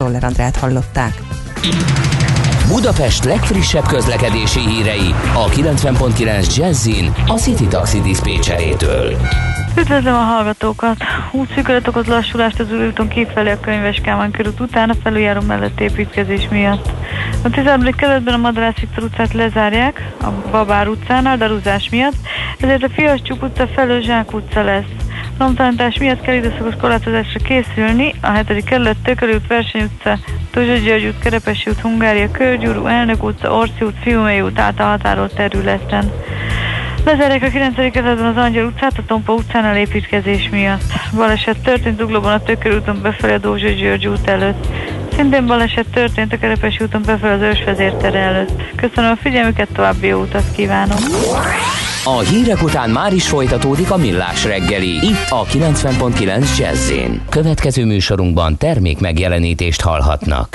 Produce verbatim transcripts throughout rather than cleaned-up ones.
Czoller Andrát hallották. Budapest legfrissebb közlekedési hírei a kilencven pont kilenc Jazzin a City Taxi diszpécserétől. Üdvözlöm a hallgatókat! Útszűkület okoz lassulást az úton kifelé a Könyves Kálmán körút után a felüljáró mellett építkezés miatt. A tizenharmadik kerületben a Madarász Viktor utcát lezárják a Babár utcánál darúzás miatt, ezért a Fiascsuk utca felől Zsák utca lesz. Romtalanítás miatt kell időszakos korlátozásra készülni a hetedik kerület Tököli út, Verseny utca, Tuzsa György út, Kerepesi út, Hungária körgyűrű, Elnök utca, Orci út, Fiumei út át a határolt területen. Lezárják a kilencedik kerületben az Angyal utcát a Tompa utcánál építkezés miatt. Baleset történt Zuglóban a Tököli úton befelé a Dózsa György út előtt. Szintén baleset történt a Kerepesi úton befelé az Ősvezértere előtt. Köszönöm a figyelmüket, további jó utat kívánok! A hírek után már is folytatódik a Millás reggeli, itt a kilencven pont kilenc Jazz-én. Következő műsorunkban termék megjelenítést hallhatnak.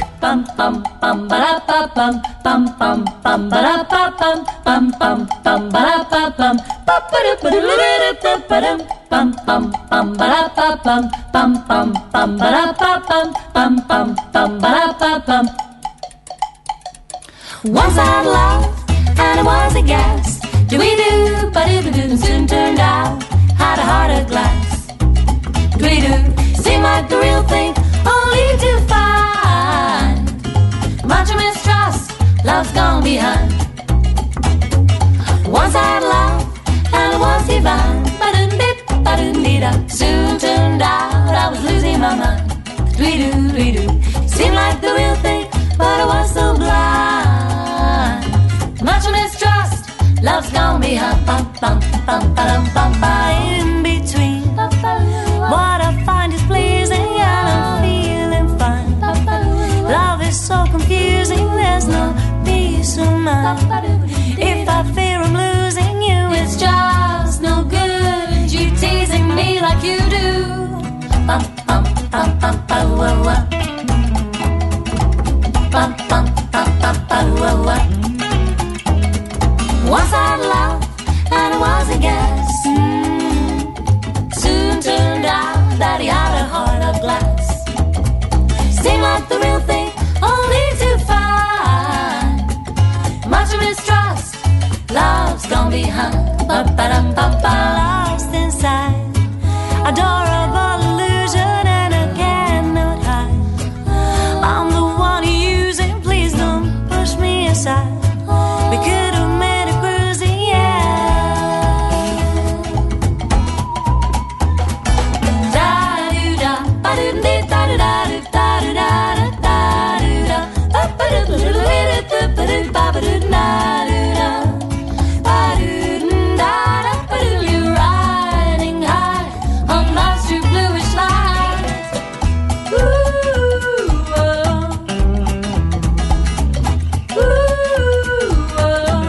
Once I loved and it was a gas. Do we do, but it didn't soon turned out. Had a heart of glass. Do we do, seemed like the real thing, only to find much mistrust, love's gone behind. Once I had love, and it was divine. Ba-dum-dip, ba-dum-dee-da. Soon turned out I was losing my mind. Do we do, do we do, seemed like the real thing, but I was so blind. Much mistrust, love's gone behind. Bum, bum, bum, bum, bum, bum. In between, what I find is pleasing and I'm feeling fine. Love is so confusing, there's no peace of mind. If I fear I'm losing you, it's just no good. You teasing me like you do. Bum, bum, bum, bum, bum, wah, wah. Bum, bum, bum, bum, bum, wah, wah. Once I had love, and it was a guess. Mm. Soon turned out that he had a heart of glass. Seemed like the real thing, only to find much mistrust, love's gone behind. Ba-ba-dum-ba-ba. Lost inside, adorable illusion, and I cannot hide. I'm the one you're using, please don't push me aside. We could have made a cruising, yeah. Da-do-da, ba-do-da-da-da-da-da-da-da-da-da-da, ba-ba-do-da-da-da-da-da-da-da-da-da, ba-do-da-da-da-da-da. You're riding high on my two bluish lights. Ooh, oh. Ooh, oh.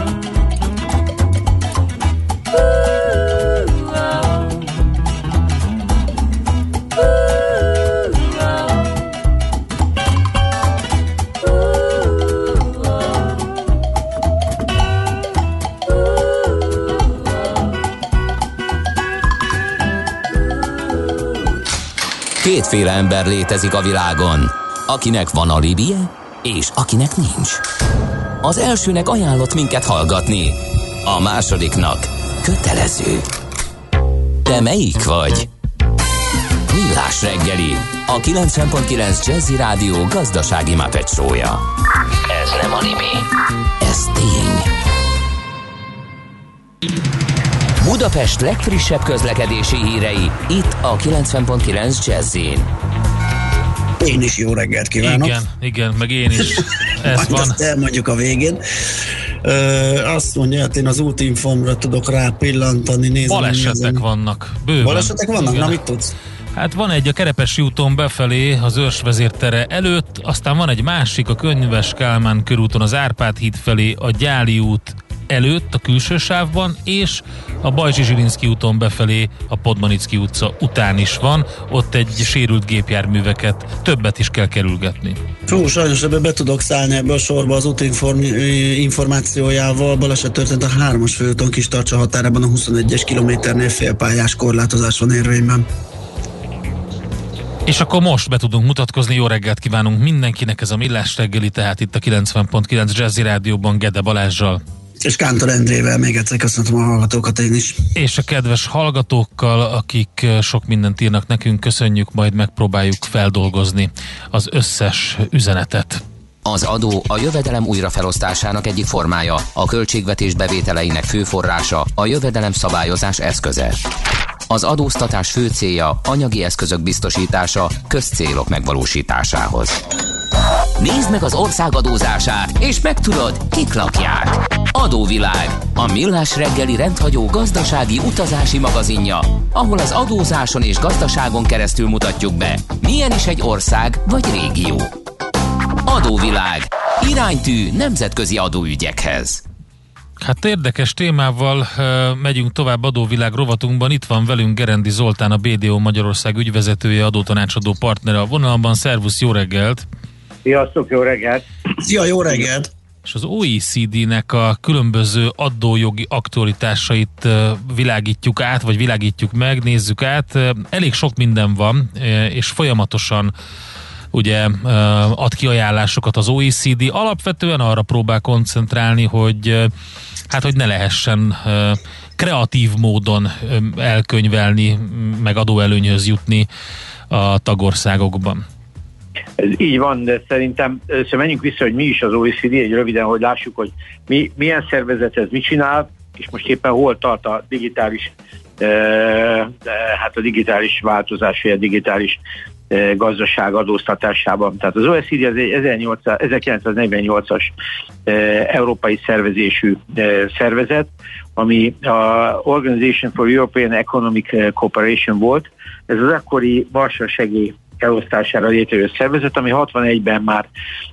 Kétféle ember létezik a világon, akinek van alibije, és akinek nincs. Az elsőnek ajánlott minket hallgatni, a másodiknak kötelező. Te melyik vagy? Millás reggeli, a kilencven pont kilenc Jazzy Rádió gazdasági Muppet show-ja. Ez nem anime, ez tény. Budapest legfrissebb közlekedési hírei, itt a kilencven pont kilenc Jazz-én. Én is jó reggelt kívánok. Igen, igen, meg én is. Ez van. Azt elmondjuk a végén. Ö, azt mondja, hát én az útinfomra tudok rá pillantani. Nézem, balesetek nézem. vannak. Bőven. Balesetek vannak? Igen. Na, mit tudsz? Hát van egy a Kerepesi úton befelé az Ősvezértere előtt, aztán van egy másik a Könyves Kálmán körúton az Árpád híd felé a Gyáli út előtt a külső sávban, és a Bajzsi Zsilinszky úton befelé a Podmanicki utca után is van, ott egy sérült gépjárműveket többet is kell kerülgetni. Fú, sajnos ebbe be tudok szállni ebbe a sorba az útinform információjával. Baleset történt a hármas főúton Kistarcsa határában, a huszonegyes kilométernél félpályás korlátozás van érvényben. És akkor most be tudunk mutatkozni, jó reggelt kívánunk mindenkinek, ez a Millás reggeli, tehát itt a kilencven pont kilenc Jazzy Rádióban Gede Balázsral. És Kántor Endrével még egyszer köszöntöm a hallgatókat én is. És a kedves hallgatókkal, akik sok mindent írnak nekünk, köszönjük, majd megpróbáljuk feldolgozni az összes üzenetet. Az adó a jövedelem újrafelosztásának egyik formája, a költségvetés bevételeinek fő forrása, a jövedelem szabályozás eszköze. Az adóztatás fő célja anyagi eszközök biztosítása közcélok megvalósításához. Nézd meg az ország adózását, és megtudod, kik lakják. Adóvilág, a Millás reggeli rendhagyó gazdasági utazási magazinja, ahol az adózáson és gazdaságon keresztül mutatjuk be, milyen is egy ország vagy régió. Adóvilág, iránytű nemzetközi adóügyekhez. Hát érdekes témával uh, megyünk tovább adóvilág rovatunkban. Itt van velünk Gerendi Zoltán, a bé dé o Magyarország ügyvezetője, adótanácsadó partnere a vonalban. Szervusz, jó reggelt! Sziasztok, jó reggelt! Szia, jó reggelt! És az o e cé dé-nek a különböző adójogi aktualitásait uh, világítjuk át, vagy világítjuk meg, nézzük át. Uh, elég sok minden van, uh, és folyamatosan ugye uh, ad ki ajánlásokat az o e cé dé. Alapvetően arra próbál koncentrálni, hogy uh, hát, hogy ne lehessen uh, kreatív módon uh, elkönyvelni, meg adóelőnyhöz jutni a tagországokban. Ez így van, de szerintem szóval menjünk vissza, hogy mi is az o e cé dé, egy röviden, hogy lássuk, hogy mi, milyen szervezet ez mit csinál, és most éppen hol tart a digitális uh, hát a digitális változás, vagy a digitális gazdaság adóztatásában. Tehát az o e cé dé az egy ezerkilencszáznegyvennyolcas európai szervezésű szervezet, ami a Organization for European Economic Cooperation volt. Ez az akkori Marshall segély elosztására létrejött szervezet, ami hatvanegyben már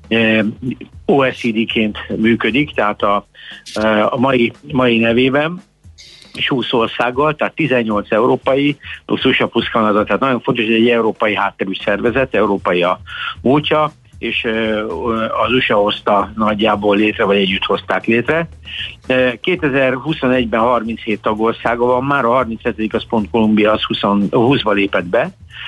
o e cé dé-ként működik, tehát a, a mai, mai nevében, és húsz országgal, tehát tizennyolc európai, plusz u es á plusz Kanada, tehát nagyon fontos, hogy egy európai hátterű szervezet, európai a múltja, és az u es á hozta nagyjából létre, vagy együtt hozták létre. kétezer-huszonegyben harminchét tagországa van, már a harminchetedik az pont Kolumbia, az húszba lépett be,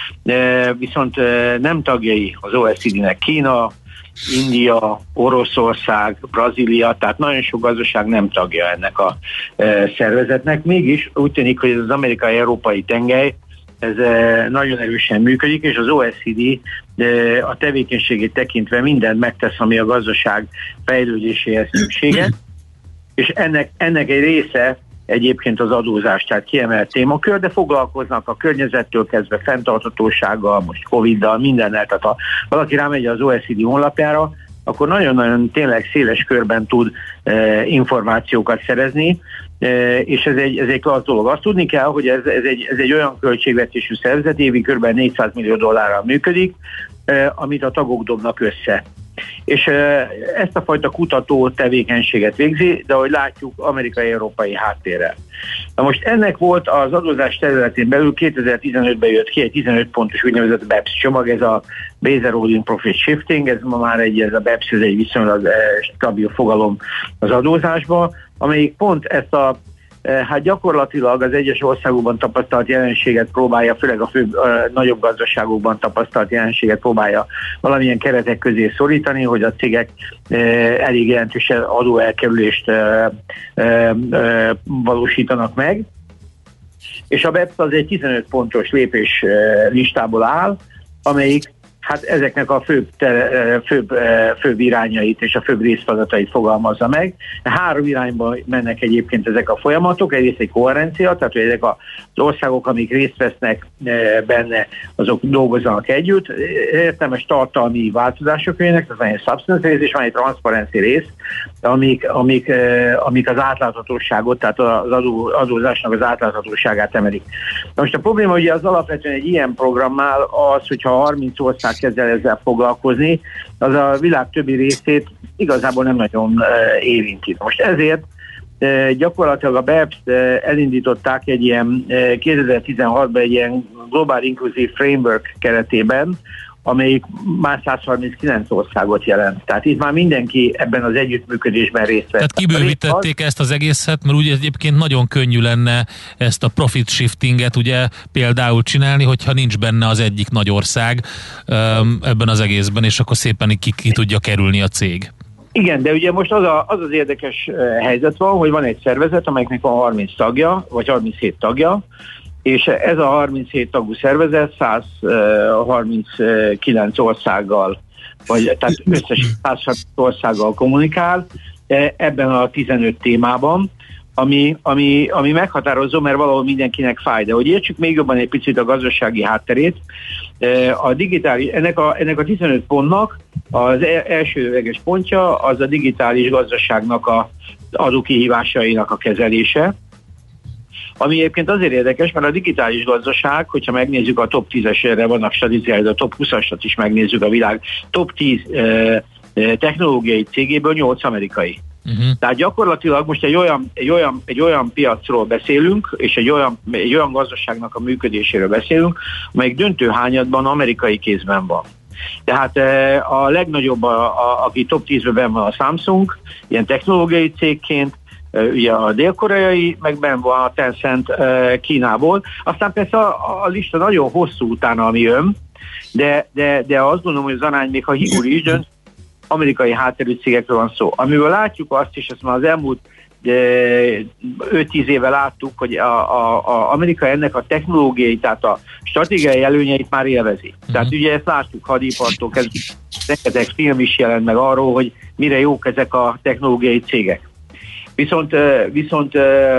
viszont nem tagjai az o e cé dé-nek Kína, India, Oroszország, Brazília, tehát nagyon sok gazdaság nem tagja ennek a e, szervezetnek. Mégis úgy tűnik, hogy ez az amerikai-európai tengely, ez e, nagyon erősen működik, és az o e cé dé e, a tevékenységét tekintve mindent megtesz, ami a gazdaság fejlődéséhez szükséges, és ennek, ennek egy része egyébként az adózás, tehát kiemelt témakör, de foglalkoznak a környezettől kezdve fenntarthatósággal, most Coviddal, mindennel, tehát ha valaki rámegy az o e cé dé honlapjára, akkor nagyon-nagyon tényleg széles körben tud e, információkat szerezni, e, és ez egy, ez egy klassz dolog. Azt tudni kell, hogy ez, ez, egy, ez egy olyan költségvetésű szervezet, évi kb. négyszáz millió dollárral működik, e, amit a tagok dobnak össze. És ezt a fajta kutató tevékenységet végzi, de ahogy látjuk, amerikai-európai háttérrel. Na most ennek volt az adózás területén belül kétezer-tizenötben jött ki egy tizenöt pontos úgynevezett bé e pé es csomag, ez a Base Eroding Profit Shifting, ez ma már egy, ez a bé e pé es, ez egy viszonylag stabil fogalom az adózásban, amelyik pont ezt a hát gyakorlatilag az egyes országokban tapasztalt jelenséget próbálja, főleg a főbb, a nagyobb gazdaságokban tapasztalt jelenséget próbálja valamilyen keretek közé szorítani, hogy a cégek e, elég jelentős adóelkerülést e, e, e, valósítanak meg. És a bé e pé es az egy tizenöt pontos lépés listából áll, amelyik hát ezeknek a főbb, főbb, főbb irányait és a főbb részfeladatait fogalmazza meg. Három irányba mennek egyébként ezek a folyamatok. Egyrészt egy koherencia, tehát hogy ezek az országok, amik részt vesznek benne, azok dolgozzanak együtt. Értelmes tartalmi változások jönnek, tehát van egy substance rész és van egy transzparency rész, amik, amik, amik az átláthatóságot, tehát az adó, adózásnak az átláthatóságát emelik. Na most a probléma ugye az alapvetően egy ilyen programnál az, hogyha harminc ország kezd el ezzel foglalkozni, az a világ többi részét igazából nem nagyon érinti. Most ezért gyakorlatilag a bé e pé es elindították egy ilyen kétezer-tizenhatban egy ilyen Global Inclusive Framework keretében, amelyik már száz harminckilenc országot jelent. Tehát itt már mindenki ebben az együttműködésben részt vett. Tehát kibővítették ezt az egészet, mert ugye egyébként nagyon könnyű lenne ezt a profit shiftinget ugye például csinálni, hogyha nincs benne az egyik nagy ország um, ebben az egészben, és akkor szépen ki, ki tudja kerülni a cég. Igen, de ugye most az, a, az az érdekes helyzet van, hogy van egy szervezet, amelyiknek van harminc tagja, vagy harminchét tagja, és ez a harminchét tagú szervezet száz harminckilenc országgal, vagy tehát összes száz harminc országgal kommunikál ebben a tizenöt témában, ami, ami, ami meghatározó, mert valahol mindenkinek fáj. De hogy értsük még jobban egy picit a gazdasági hátterét, a digitális, ennek a, ennek a tizenöt pontnak az elsődleges pontja az a digitális gazdaságnak a adókihívásainak a kezelése, ami egyébként azért érdekes, mert a digitális gazdaság, hogyha megnézzük a top tízesre vannak statisztikai, a top huszasat is megnézzük, a világ top tíz eh, technológiai cégéből nyolc amerikai. Uh-huh. Tehát gyakorlatilag most egy olyan, egy, olyan, egy olyan piacról beszélünk, és egy olyan, egy olyan gazdaságnak a működéséről beszélünk, amelyik döntő hányadban amerikai kézben van. Tehát a legnagyobb, a, a, aki top tízben van a Samsung, ilyen technológiai cégként, ugye a dél-koreai, meg benn van a Tencent Kínából. Aztán persze a, a lista nagyon hosszú utána, ami jön, de, de, de azt gondolom, hogy az arány még ha higul is dönt, amerikai hátterű cégekről van szó. Amiből látjuk azt, és ezt már az elmúlt öt-tíz éve láttuk, hogy a, a, a Amerika ennek a technológiai, tehát a stratégiai előnyeit már élvezi. Uh-huh. Tehát ugye ezt láttuk hadipartól kezdve, rengeteg film is jelent meg arról, hogy mire jók ezek a technológiai cégek. Viszont, viszont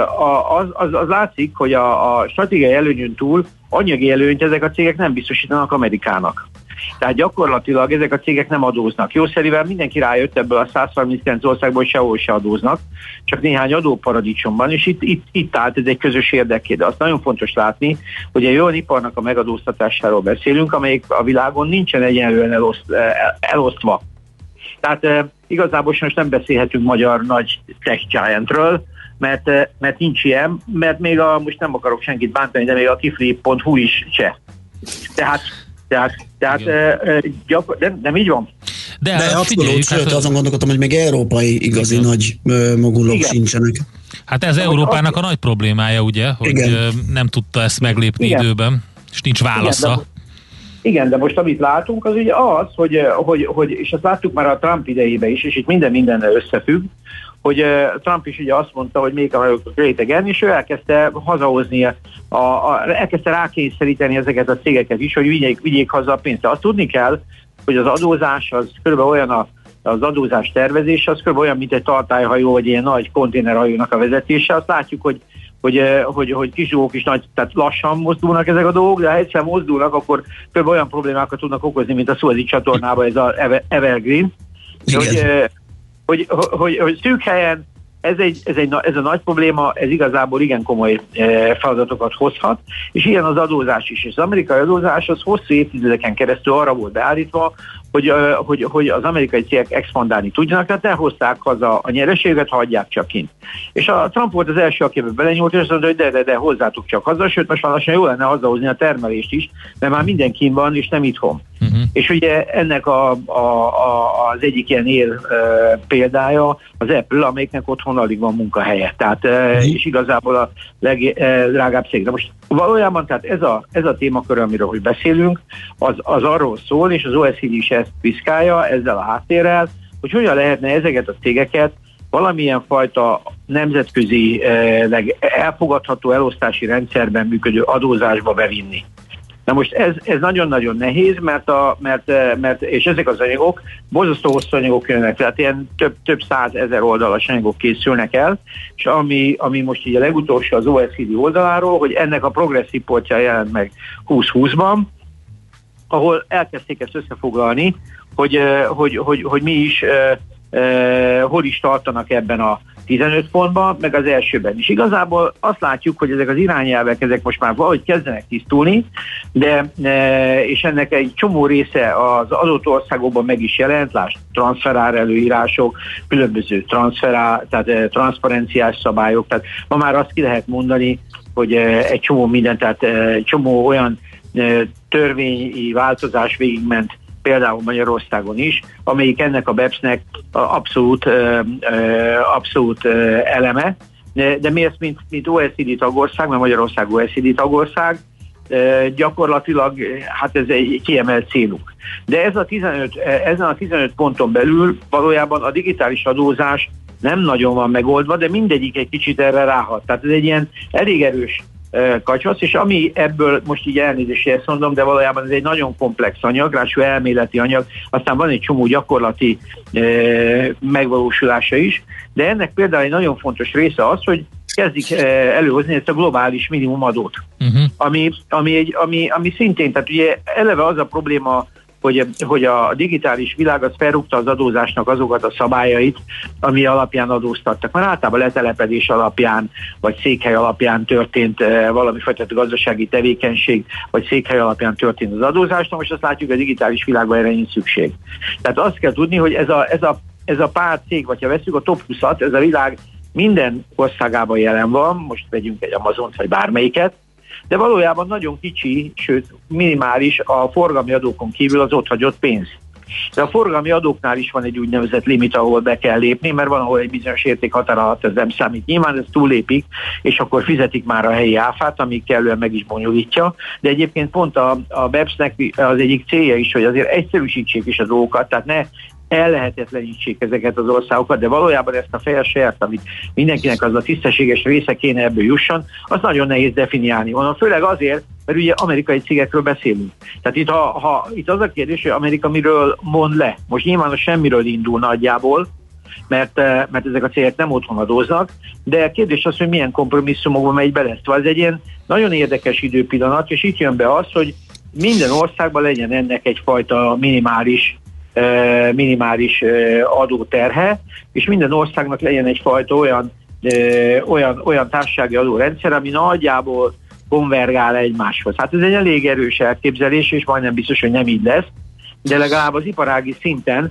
az, az, az látszik, hogy a, a stratégiai előnyön túl anyagi előnyt ezek a cégek nem biztosítanak Amerikának. Tehát gyakorlatilag ezek a cégek nem adóznak. Jószerivel mindenki rájött ebből a száz harminckilenc országból, hogy sehol se adóznak, csak néhány adóparadicsomban, és itt, itt, itt állt ez egy közös érdeké. De azt nagyon fontos látni, hogy egy olyan iparnak a megadóztatásáról beszélünk, amelyik a világon nincsen egyenlően eloszt, elosztva. Tehát e, igazából most nem beszélhetünk magyar nagy tech giantről, mert, mert nincs ilyen, mert még a, most nem akarok senkit bántani, de még a kifli pont hu is cseh. Tehát Tehát, tehát e, gyakor- de nem így van? De, de abszolút, sőt hát, azon gondolkodtam, hogy még európai igazi igen. nagy mogulok sincsenek. Hát ez Európának a nagy problémája, ugye, hogy igen. nem tudta ezt meglépni igen. időben, és nincs válasza. Igen de, igen, de most amit látunk, az ugye az, hogy, hogy, hogy és azt láttuk már a Trump idejében is, és itt minden mindennel összefügg, hogy Trump is ugye azt mondta, hogy még a Great Again, és ő elkezdte hazahozni, a, a, elkezdte rákényszeríteni ezeket a cégeket is, hogy vigyék, vigyék haza a pénzt. Azt tudni kell, hogy az adózás az körülbelül olyan, a, az adózás tervezés, az körülbelül olyan, mint egy tartályhajó, vagy ilyen nagy konténerhajónak a vezetése. Azt látjuk, hogy hogy, hogy, hogy kis dolgok is nagy, tehát lassan mozdulnak ezek a dolgok, de ha egyszer mozdulnak, akkor körülbelül olyan problémákat tudnak okozni, mint a Suezi csatornában ez az Evergreen. Hogy, hogy, hogy, hogy szűk helyen ez, egy, ez, egy, ez a nagy probléma, ez igazából igen komoly feladatokat hozhat, és ilyen az adózás is. És az amerikai adózás az hosszú évtizedeken keresztül arra volt beállítva, hogy, hogy, hogy az amerikai cégek expandálni tudjanak, tehát elhozták haza a nyereséget, hagyják csak kint. És a Trump volt az első, aki belenyúlt, és azt mondta, hogy de, de, de hozzátok csak haza, sőt, most már lassan jó lenne hazahozni a termelést is, mert már mindenkin van, és nem itthon. Uh-huh. És ugye ennek a, a, a, az egyik ilyen él e, példája az Apple, amelyiknek otthon alig van munkahelye. Tehát, e, uh-huh. és igazából a legdrágább cég. De most valójában tehát ez a, ez a témakör, amiről hogy beszélünk, az, az arról szól, és az o e cé dé is ezt piszkálja ezzel a háttérrel, hogy hogyan lehetne ezeket a cégeket valamilyen fajta nemzetközi elfogadható elosztási rendszerben működő adózásba bevinni. Na most ez, ez nagyon-nagyon nehéz, mert, a, mert, mert és ezek az anyagok borzasztó hosszú anyagok jönnek, tehát ilyen több, több százezer oldalas anyagok készülnek el, és ami, ami most így a legutolsó az o e cé dé oldaláról, hogy ennek a progresszív portja jelent meg húsz húszban, ahol elkezdték ezt összefoglalni, hogy, hogy, hogy, hogy mi is, hol is tartanak ebben a tizenöt pontban, meg az elsőben is. Igazából azt látjuk, hogy ezek az irányelvek, ezek most már valahogy kezdenek tisztulni, de, és ennek egy csomó része az adott országokban meg is jelent, lásd, transferár előírások, különböző transferár, tehát transzparenciás szabályok, tehát ma már azt ki lehet mondani, hogy egy csomó minden, tehát egy csomó olyan törvényi változás végigment például Magyarországon is, amelyik ennek a bé e pé es-nek abszolút, abszolút eleme, de mi ezt, mint, mint o e cé dé tagország, mert Magyarország o e cé dé tagország, gyakorlatilag hát ez egy kiemelt célunk. De ez a tizenöt, ezen a tizenöt ponton belül valójában a digitális adózás nem nagyon van megoldva, de mindegyik egy kicsit erre ráhat. Tehát ez egy ilyen elég erős kacsasz, és ami ebből, most így elnézést ezt mondom, de valójában ez egy nagyon komplex anyag, ráadásul elméleti anyag, aztán van egy csomó gyakorlati e, megvalósulása is, de ennek például egy nagyon fontos része az, hogy kezdik előhozni ezt a globális minimumadót, uh-huh. ami, ami, egy, ami, ami szintén, tehát ugye eleve az a probléma, hogy, hogy a digitális világ az felrúgta az adózásnak azokat a szabályait, ami alapján adóztattak. Mert általában letelepedés alapján, vagy székhely alapján történt valami fajta gazdasági tevékenység, vagy székhely alapján történt az adózás. Na most azt látjuk, a digitális világban erre nincs szükség. Tehát azt kell tudni, hogy ez a, ez a, ez a pár cég, vagy ha veszük a top húszat, ez a világ minden országában jelen van, most vegyünk egy Amazont, vagy bármelyiket, de valójában nagyon kicsi, sőt minimális a forgalmi adókon kívül az ott hagyott pénz. De a forgalmi adóknál is van egy úgynevezett limit, ahol be kell lépni, mert van, ahol egy bizonyos értékhatár alatt ez nem számít. Nyilván ez túllépik, és akkor fizetik már a helyi áfát, ami kellően meg is bonyolítja. De egyébként pont a, a bé e pé es-nek az egyik célja is, hogy azért egyszerűsítsék is a dolgokat, tehát ne ellehetetlenítsék ezeket az országokat, de valójában ezt a fair share-t, amit mindenkinek az a tisztességes része kéne ebből jusson, az nagyon nehéz definiálni. Onnan főleg azért, mert ugye amerikai cégekről beszélünk. Tehát itt, ha, ha, itt az a kérdés, hogy Amerika miről mond le. Most nyilván a semmiről indul nagyjából, mert, mert ezek a cégek nem otthon adóznak, de a kérdés az, hogy milyen kompromisszumokba megy bele. Szóval ez egy ilyen nagyon érdekes időpillanat, és itt jön be az, hogy minden országban legyen ennek egyfajta minimális minimális adóterhe, és minden országnak legyen egyfajta olyan, olyan, olyan társasági adórendszer, ami nagyjából konvergál egymáshoz. Hát ez egy elég erős elképzelés, és majdnem biztos, hogy nem így lesz, de legalább az iparági szinten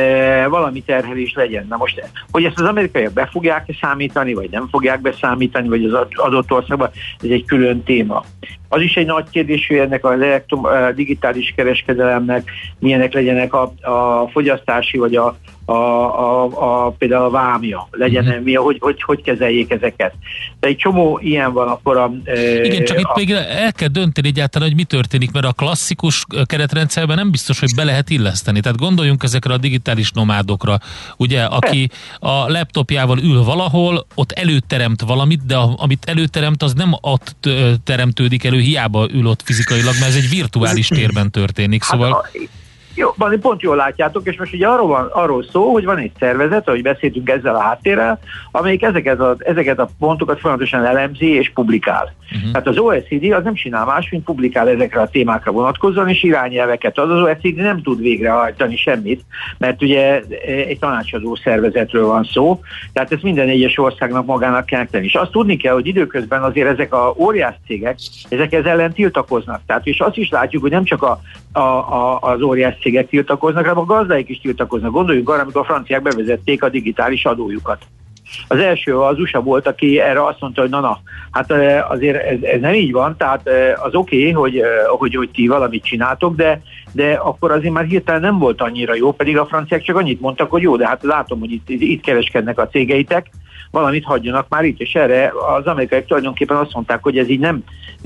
valami terhelés legyen. Na most, hogy ezt az amerikaiak be fogják számítani, vagy nem fogják beszámítani, vagy az adott országban, ez egy külön téma. Az is egy nagy kérdés, hogy ennek az elektrom, a digitális kereskedelemnek milyenek legyenek a, a fogyasztási, vagy a, a, a, a, például a vámja, legyen, mm-hmm. mi, hogy, hogy, hogy kezeljék ezeket. De egy csomó ilyen van akkor a... Igen, csak a, itt még el kell dönteni egyáltalán, hogy mi történik, mert a klasszikus keretrendszerben nem biztos, hogy be lehet illeszteni. Tehát gondoljunk ezekre a digitális nomádokra, ugye, aki a laptopjával ül valahol, ott előteremt valamit, de a, amit előteremt, az nem ott teremtődik elő, hiába ül ott fizikailag, mert ez egy virtuális térben történik, szóval... Hát, jó, pont jól látjátok, és most ugye arról, van, arról szó, hogy van egy szervezet, ahogy beszéltünk ezzel a háttérrel, amelyik ezeket a, ezeket a pontokat folyamatosan elemzi és publikál. Uh-huh. Tehát az o e cé dé az nem csinál más, mint publikál ezekre a témákra vonatkozóan, és irányelveket ad. Az o e cé dé nem tud végrehajtani semmit, mert ugye egy tanácsadó szervezetről van szó, tehát ezt minden egyes országnak magának kell tenni. És azt tudni kell, hogy időközben azért ezek a óriás cégek, ezek ezzel ellen tiltakoznak. Tehát és azt is látjuk, hogy nem csak a, a, a, az óriás cégek tiltakoznak, hanem a gazdáik is tiltakoznak. Gondoljunk arra, amikor a franciák bevezették a digitális adójukat. Az első az u es á volt, aki erre azt mondta, hogy na-na, hát azért ez, ez nem így van, tehát az oké, okay, hogy, hogy, hogy ti valamit csináltok, de, de akkor azért már hirtelen nem volt annyira jó, pedig a franciák csak annyit mondtak, hogy jó, de hát látom, hogy itt, itt kereskednek a cégeitek, valamit hagyjanak már itt, és erre az amerikaiak tulajdonképpen azt mondták, hogy ez így nem,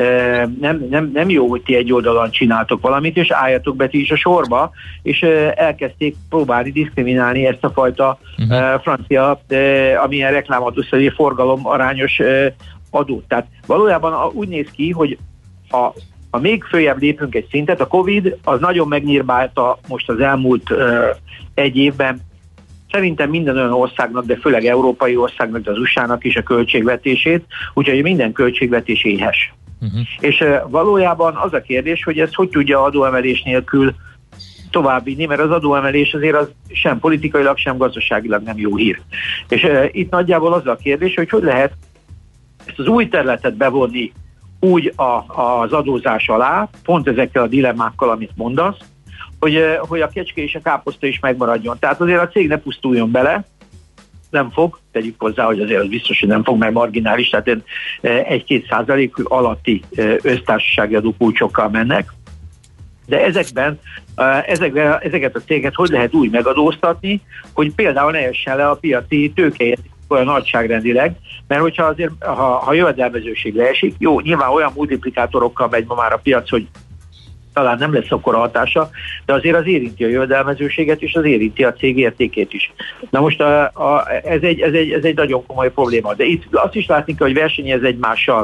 nem, nem, nem jó, hogy ti egy oldalon csináltok valamit, és álljatok be ti is a sorba, és elkezdték próbálni diszkriminálni ezt a fajta uh-huh. francia, amilyen reklámadószerű forgalom arányos adót. Tehát valójában úgy néz ki, hogy ha, ha még följebb lépünk egy szintet, a Covid az nagyon megnyírbálta most az elmúlt egy évben szerintem minden olyan országnak, de főleg európai országnak, de az u es á-nak is a költségvetését, úgyhogy minden költségvetés éhes. Uh-huh. És uh, valójában az a kérdés, hogy ez hogy tudja adóemelés nélkül továbbvinni, mert az adóemelés azért az sem politikailag, sem gazdaságilag nem jó hír. És uh, itt nagyjából az a kérdés, hogy hogy lehet ezt az új területet bevonni úgy a, az adózás alá, pont ezekkel a dilemmákkal, amit mondasz, hogy, hogy a kecske és a káposzta is megmaradjon. Tehát azért a cég ne pusztuljon bele, nem fog, tegyük hozzá, hogy azért az biztos, hogy nem fog, mert marginális, tehát egy-két százalék alatti össztársasági adókulcsokkal mennek. De ezekben, ezekben, ezeket a céget hogy lehet úgy megadóztatni, hogy például ne essen le a piaci tőkeért olyan nagyságrendileg, mert hogyha azért, ha, ha jövedelmezőség leesik, jó, nyilván olyan multiplikátorokkal megy ma már a piac, hogy talán nem lesz akkora hatása, de azért az érinti a jövedelmezőséget, és az érinti a cég értékét is. Na most a, a, ez, egy, ez, egy, ez egy nagyon komoly probléma, de itt azt is látni kell, hogy versenyez egymással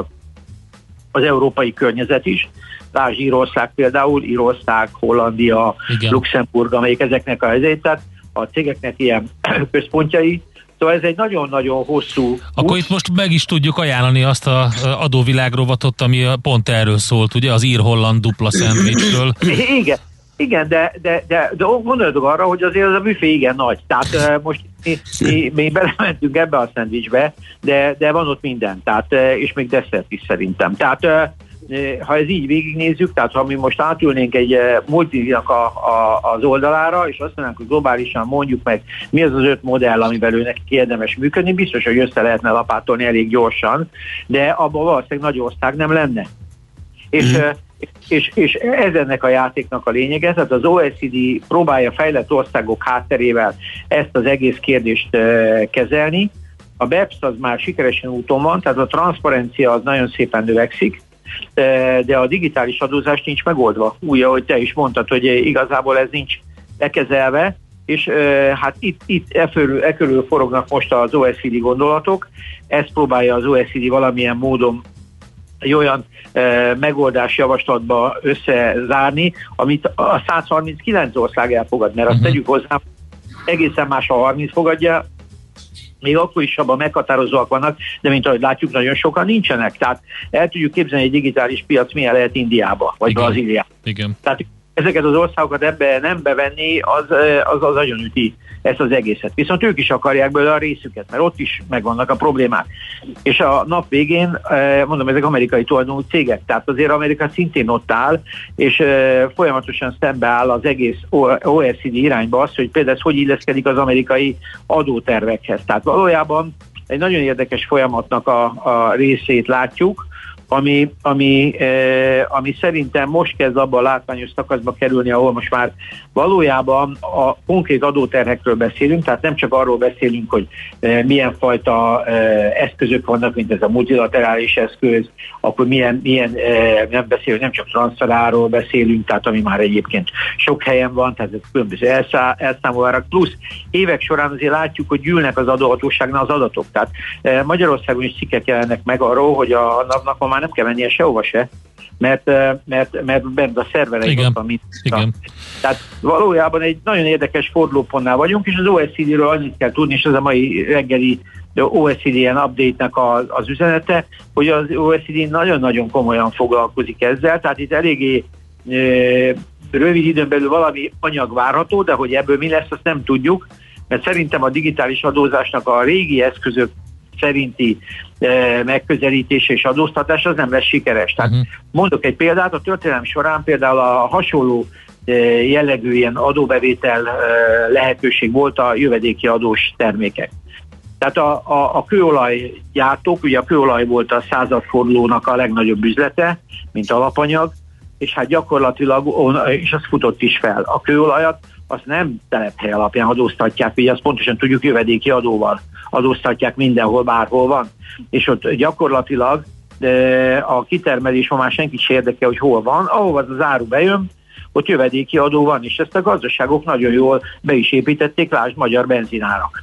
az európai környezet is. Lásd Írország például, Írország, Hollandia, igen. Luxemburg, amelyik ezeknek a helyzet, tehát a cégeknek ilyen központjai. Szóval ez egy nagyon-nagyon hosszú... Akkor út. Itt most meg is tudjuk ajánlani azt az adóvilágrovatot, ami pont erről szólt, ugye, az ír-holland dupla szendvicsről. Igen, igen, de, de, de, de gondoljatok arra, hogy azért az a büfé igen nagy. Tehát uh, most mi, mi, mi belementünk ebbe a szendvicsbe, de, de van ott minden, tehát, uh, és még desszert is szerintem. Tehát uh, ha ez így végignézzük, tehát ha mi most átülnénk egy multinak a, a, az oldalára, és azt mondanánk, hogy globálisan mondjuk meg, mi az az öt modell, amivel őnek érdemes működni, biztos, hogy össze lehetne lapátolni elég gyorsan, de abban valószínűleg nagy ország nem lenne. És, mm. és, és ez ennek a játéknak a lényege, tehát az o e cé dé próbálja fejlett országok hátterével ezt az egész kérdést kezelni. A bé e pé es az már sikeresen úton van, tehát a transzparencia az nagyon szépen növekszik, de a digitális adózás nincs megoldva. Úgy, ahogy te is mondtad, hogy igazából ez nincs lekezelve, és hát itt, itt e, fölül, e körül forognak most az o e cé dé gondolatok, ezt próbálja az o e cé dé valamilyen módon egy olyan e, megoldás javaslatba összezárni, amit a száz harminckilenc ország elfogad, mert azt uh-huh. tegyük hozzá, egészen más a harminc fogadja, még akkor is abban meghatározóak vannak, de mint ahogy látjuk, nagyon sokan nincsenek. Tehát el tudjuk képzelni, egy digitális piac milyen lehet Indiába, vagy Brazíliába. Igen. Tehát ezeket az országokat ebbe nem bevenni, az az, az agyon üti ezt az egészet. Viszont ők is akarják belőle a részüket, mert ott is megvannak a problémák. És a nap végén, mondom, ezek amerikai tulajdonú cégek, tehát azért Amerika szintén ott áll, és folyamatosan szembeáll az egész o e cé dé irányba az, hogy például ez hogy illeszkedik az amerikai adótervekhez. Tehát valójában egy nagyon érdekes folyamatnak a, a részét látjuk, ami, ami, eh, ami szerintem most kezd abban a látványos szakaszba kerülni, ahol most már valójában a konkrét adóterhekről beszélünk, tehát nem csak arról beszélünk, hogy eh, milyen fajta eh, eszközök vannak, mint ez a multilaterális eszköz, akkor milyen, milyen eh, nem beszélünk, nem csak transferáról beszélünk, tehát ami már egyébként sok helyen van, tehát ez különböző elszá, elszámolárak, plusz évek során azért látjuk, hogy gyűlnek az adóhatóságnál az adatok. Tehát eh, Magyarországon is cikkek jelennek meg arról, hogy a napnak már nem kell mennie sehova se, mert, mert, mert bent a szervereik ott van, mint igen. Tehát valójában egy nagyon érdekes fordulópontnál vagyunk, és az o e cé dé-ről annyit kell tudni, és ez a mai reggeli o e cé dé-en update-nek az, az üzenete, hogy az o e cé dé nagyon-nagyon komolyan foglalkozik ezzel, tehát itt eléggé e, rövid időn belül valami anyag várható, de hogy ebből mi lesz, azt nem tudjuk, mert szerintem a digitális adózásnak a régi eszközök szerinti e, megközelítés és adóztatás az nem lesz sikeres. Tehát uh-huh. mondok egy példát, a történelem során például a hasonló e, jellegű ilyen adóbevétel e, lehetőség volt a jövedéki adós termékek. Tehát a, a, a kőolajgyártók, ugye a kőolaj volt a századfordulónak a legnagyobb üzlete, mint alapanyag, és hát gyakorlatilag, és az futott is fel. A kőolajat azt nem telephely alapján adóztatják, ugye azt pontosan tudjuk, jövedéki adóval adóztatják mindenhol, bárhol van. És ott gyakorlatilag de a kitermelés ma már senki sem érdekel, hogy hol van, ahova az áru bejön, ott jövedéki adó van, és ezt a gazdaságok nagyon jól be is építették, lásd magyar benzinárak.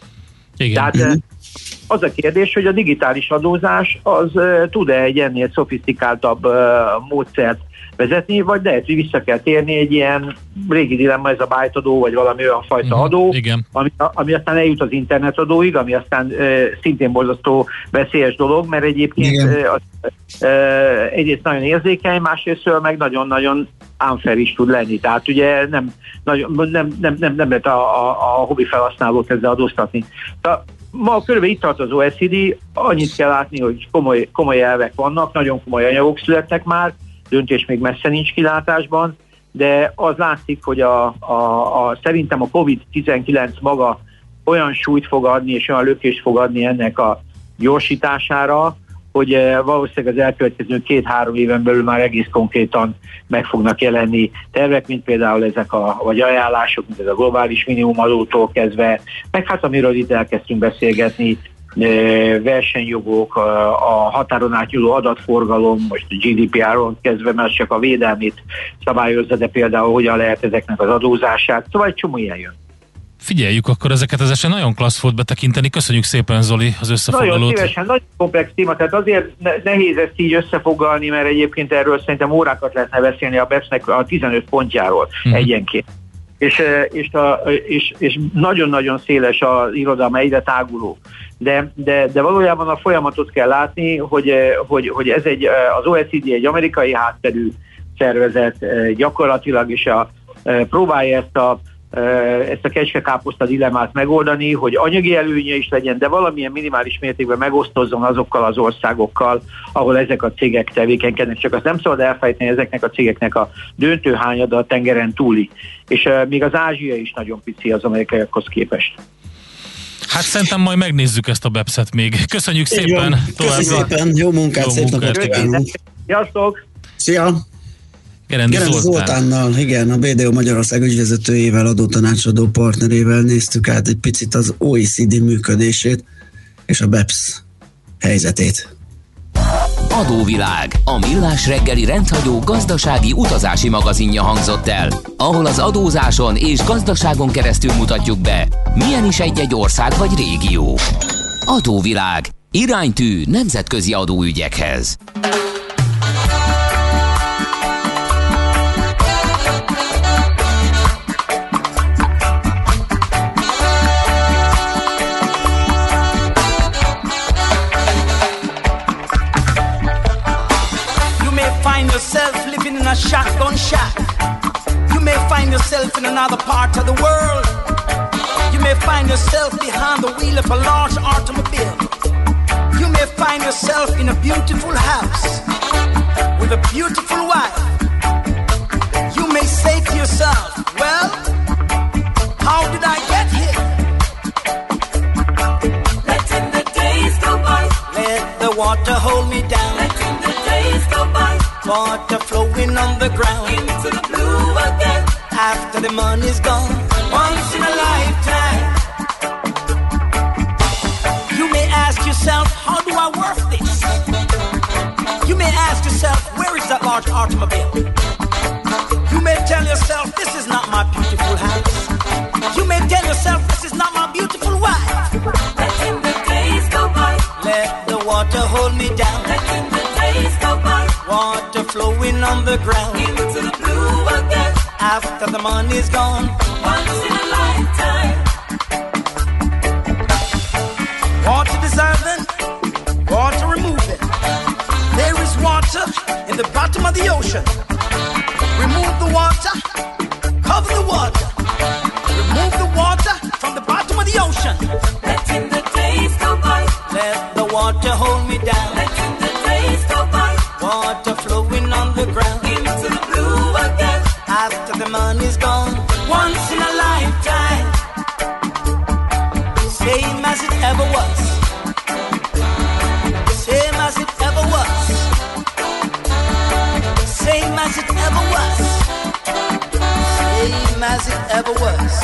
Igen. Tehát az a kérdés, hogy a digitális adózás az tud-e egy ennél szofisztikáltabb módszert vezetni, vagy lehet, hogy vissza kell térni egy ilyen régi dilemma, ez a bájtadó, vagy valami olyan fajta uh-huh, adó, ami, ami aztán eljut az internetadóig, ami aztán e, szintén borzasztó veszélyes dolog, mert egyébként e, e, egyrészt nagyon érzékeny, másrésztől meg nagyon-nagyon unfair is tud lenni. Tehát ugye nem, nagyon, nem, nem, nem, nem lehet a, a, a hobbi felhasználót ezzel adóztatni. Tehát ma körülbelül itt tart az o e cé dé, annyit kell látni, hogy komoly, komoly elvek vannak, nagyon komoly anyagok születnek már, döntés még messze nincs kilátásban, de az látszik, hogy a, a, a, szerintem a kovid tizenkilenc maga olyan súlyt fog adni, és olyan lökést fog adni ennek a gyorsítására, hogy valószínűleg az elkövetkező két-három éven belül már egész konkrétan meg fognak jelenni tervek, mint például ezek a, vagy ajánlások, mint ez a globális minimumadótól kezdve, meg hát amiről itt elkezdtünk beszélgetni, versenyjogok, a határon átnyúló adatforgalom, most a gé dé pé er-on kezdve, mert csak a védelmét szabályozza, de például hogyan lehet ezeknek az adózását, szóval egy csomó ilyen jön. Figyeljük akkor ezeket, ez esetleg nagyon klassz volt betekinteni. Köszönjük szépen, Zoli, az összefoglalót. Nagyon szívesen, nagyon komplex téma, tehát azért nehéz ezt így összefoglalni, mert egyébként erről szerintem órákat lehetne beszélni a bé e pé es-nek a tizenöt pontjáról uh-huh. egyenként. És, és, a, és, és nagyon-nagyon széles az irodalma, egyre táguló. De, de, de valójában a folyamatot kell látni, hogy, hogy, hogy ez egy, az o e cé dé egy amerikai hátterű szervezet gyakorlatilag, és a, próbálja ezt a ezt a kecskekáposzta dilemmát megoldani, hogy anyagi előnye is legyen, de valamilyen minimális mértékben megosztozzon azokkal az országokkal, ahol ezek a cégek tevékenykednek. Csak azt nem szabad elfejteni, ezeknek a cégeknek a döntő hányada a tengeren túli. És uh, még az Ázsia is nagyon pici az amerikaiakhoz képest. Hát szerintem majd megnézzük ezt a bé e pé es-et még. Köszönjük Így szépen! van. Köszönjük szépen! Jó munkát, Jó szép munkát. napot kívánunk! Sziasztok! Szia! Gerendi Gerendi Zoltán. Zoltánnal, igen, a bé dé o Magyarország ügyvezetőjével, adótanácsadó partnerével néztük át egy picit az o e cé dé működését és a bé e pé es helyzetét. Adóvilág, a millás reggeli rendhagyó gazdasági utazási magazinja hangzott el, ahol az adózáson és gazdaságon keresztül mutatjuk be, milyen is egy-egy ország vagy régió. Adóvilág, iránytű nemzetközi adóügyekhez. Yourself living in a shotgun shack. You may find yourself in another part of the world. You may find yourself behind the wheel of a large automobile. You may find yourself in a beautiful house with a beautiful wife. You may say to yourself, well, how did I get here? Letting the days go by. Let the water hold me down. Letting the days go by. Water flowing on the ground. Into the blue again. After the money's gone. Once in a lifetime. You may ask yourself, how do I work this? You may ask yourself, where is that large automobile? You may tell yourself, this is not my beautiful house. You may tell yourself, this is not my beautiful wife. Letting the days go by. Let the water hold me down. Letting the days go by. Water flowing on the ground. Into the blue again. After the money's gone. Once in a lifetime. Water dissolving, water removing. There is water in the bottom of the ocean. Remove the water, cover the water. Remove the water from the bottom of the ocean. Letting the days go by. Let the water hold me down. Letting the days go by. Water flowing on the ground. Into the blue again. After the money's gone. Once in a lifetime. Same as it ever was. Same as it ever was. Same as it ever was. Same as it ever was.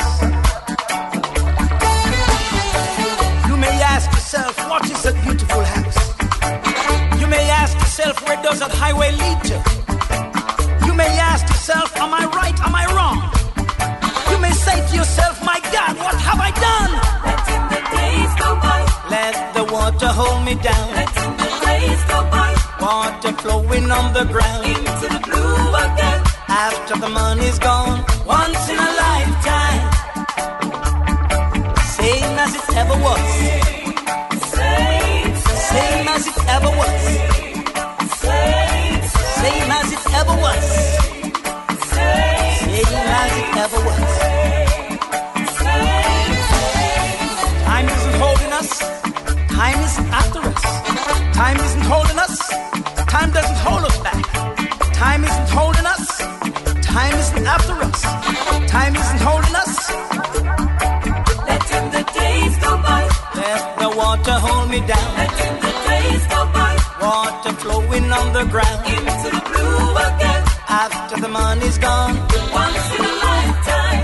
You may ask yourself, what is a beautiful house? You may ask yourself, where does that highway lead to? You may ask yourself, am I right, am I wrong? You may say to yourself, my God, what have I done? Letting the days go by. Let the water hold me down. Letting the days go by. Water flowing on the ground. Into the blue again. After the money's gone. Once in a lifetime. Same as it ever was. Same, Same as it ever was. same, Same as it ever was. same, Same as it ever was. same, Time isn't holding us. Time isn't after us. Time isn't holding us. Time doesn't hold us back. Time isn't holding us. Time isn't after us. Time isn't holding us. letting the days way down. Letting the days go by. Water flowing underground. Into the blue again. After the money's gone. Once in a lifetime.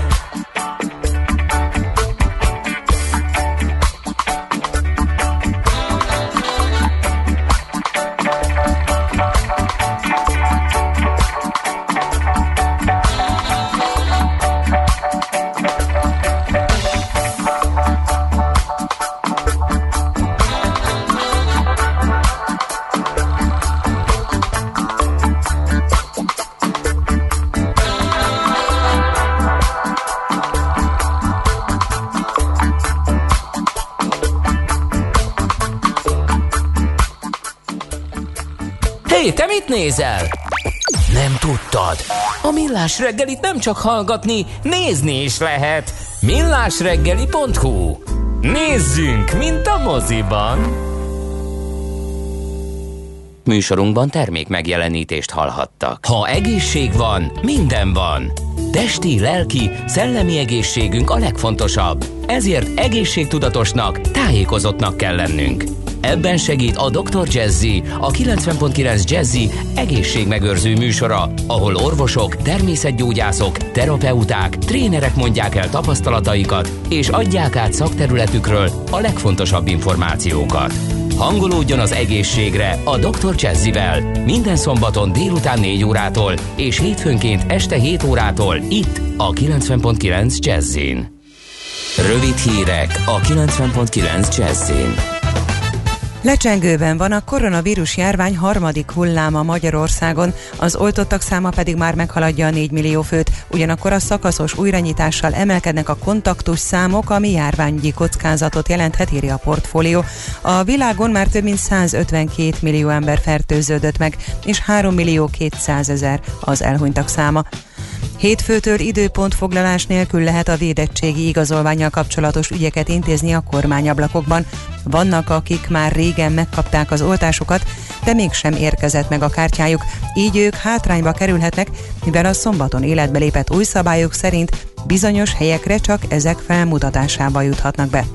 Hé, te mit nézel? Nem tudtad? A Millás reggelit nem csak hallgatni, nézni is lehet. millásreggeli pont hu. Nézzünk, mint a moziban! Műsorunkban termék megjelenítést hallhattak. Ha egészség van, minden van. Testi, lelki, szellemi egészségünk a legfontosabb. Ezért egészségtudatosnak, tájékozottnak kell lennünk. Ebben segít a doktor Jazzy, a kilencven pont kilenc Jazzy egészségmegőrző műsora, ahol orvosok, természetgyógyászok, terapeuták, trénerek mondják el tapasztalataikat, és adják át szakterületükről a legfontosabb információkat. Hangolódjon az egészségre a doktor Jazzyvel minden szombaton délután négy órától és hétfőnként este hét órától itt a kilencven pont kilenc Jazzyn. Rövid hírek a kilencven pont kilenc Jazzyn. Lecsengőben van a koronavírus járvány harmadik hulláma Magyarországon, az oltottak száma pedig már meghaladja a négy millió főt, ugyanakkor a szakaszos újranyitással emelkednek a kontaktus számok, ami járványügyi kockázatot jelenthet, írja a Portfólió. A világon már több mint százötvenkét millió ember fertőződött meg, és három millió kétszázezer az elhunytak száma. Hétfőtől időpontfoglalás nélkül lehet a védettségi igazolvánnyal kapcsolatos ügyeket intézni a kormányablakokban. Vannak, akik már régen megkapták az oltásukat, de mégsem érkezett meg a kártyájuk, így ők hátrányba kerülhetnek, mivel a szombaton életbe lépett új szabályok szerint bizonyos helyekre csak ezek felmutatásába juthatnak be.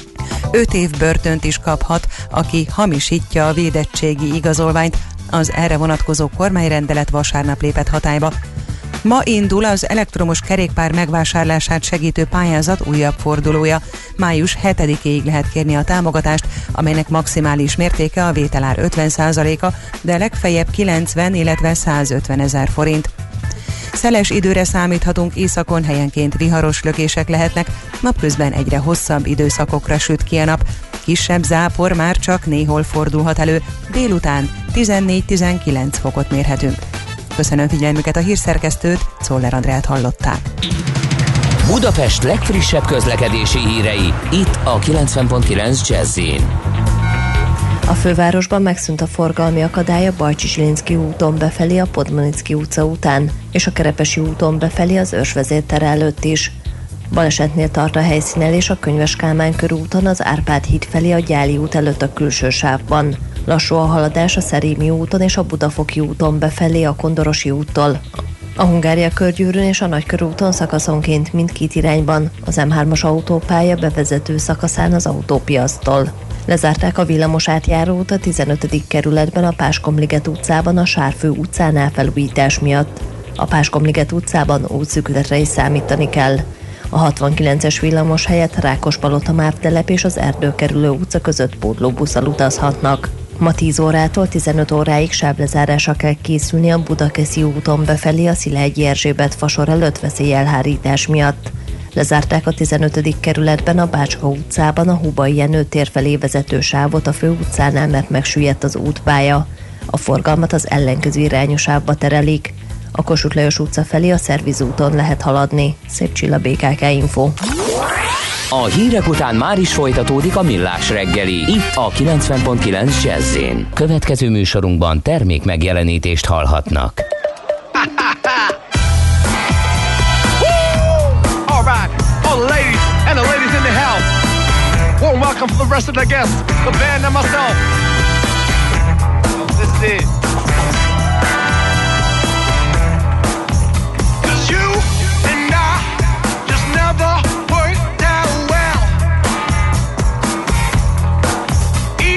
Öt év börtönt is kaphat, aki hamisítja a védettségi igazolványt. Az erre vonatkozó kormányrendelet vasárnap lépett hatályba. Ma indul az elektromos kerékpár megvásárlását segítő pályázat újabb fordulója. május hetedikéig lehet kérni a támogatást, amelynek maximális mértéke a vételár ötven százaléka, de legfeljebb kilencven, illetve százötven ezer forint. Szeles időre számíthatunk, északon helyenként viharos lökések lehetnek, napközben egyre hosszabb időszakokra süt ki a nap. Kisebb zápor már csak néhol fordulhat elő, délután tizennégy-tizenkilenc fokot mérhetünk. Köszönöm figyelmüket, a hírszerkesztőt, Czoller Andrát hallották. Budapest legfrissebb közlekedési hírei, itt a kilencven pont kilenc Jazzyn. A fővárosban megszűnt a forgalmi akadály a Bajcsy-Zsilinszky úton befelé a Podmanicki utca után, és a Kerepesi úton befelé az Őrsvezértere előtt is. Balesetnél tart a helyszínelés a Könyves Kálmán körúton az Árpád híd felé a Gyáli út előtt a külső sávban. Lassú a haladás a Szerémi úton és a Budafoki úton befelé a Kondorosi úttól. A Hungária körgyűrűn és a Nagykörúton szakaszonként mindkét irányban, az em hármas autópálya bevezető szakaszán az autópiasztól. Lezárták a villamos átjárót a tizenötödik kerületben a Páskomliget utcában a Sárfő utcánál felújítás miatt. A Páskomliget utcában útszűkületre is számítani kell. A hatvankilences villamos helyett Rákospalota-Mártelep és az Erdőkerülő utca között pótlóbusszal utazhatnak. Ma tíz órától tizenöt óráig sávlezárásra kell készülni a Budakeszi úton befelé a Szilágyi Erzsébet fasor előtt veszélyelhárítás miatt. Lezárták a tizenötödik kerületben a Bácska utcában a Hubai Jenő tér felé vezető sávot a főutcánál, mert megsüllyedt az útpálya. A forgalmat az ellenkező irányú sávba terelik. A Kossuth Lajos utca felé a Szervizúton lehet haladni. Szép Csilla, bé ká ká Info. A hírek után már is folytatódik a Millás reggeli, itt a kilencven pont kilenc Jazzyn. Következő műsorunkban termék megjelenítést hallhatnak. All right, all the ladies and the ladies in the house. Warm welcome for the rest of the guests, the band and myself. This is it. Never worked out well.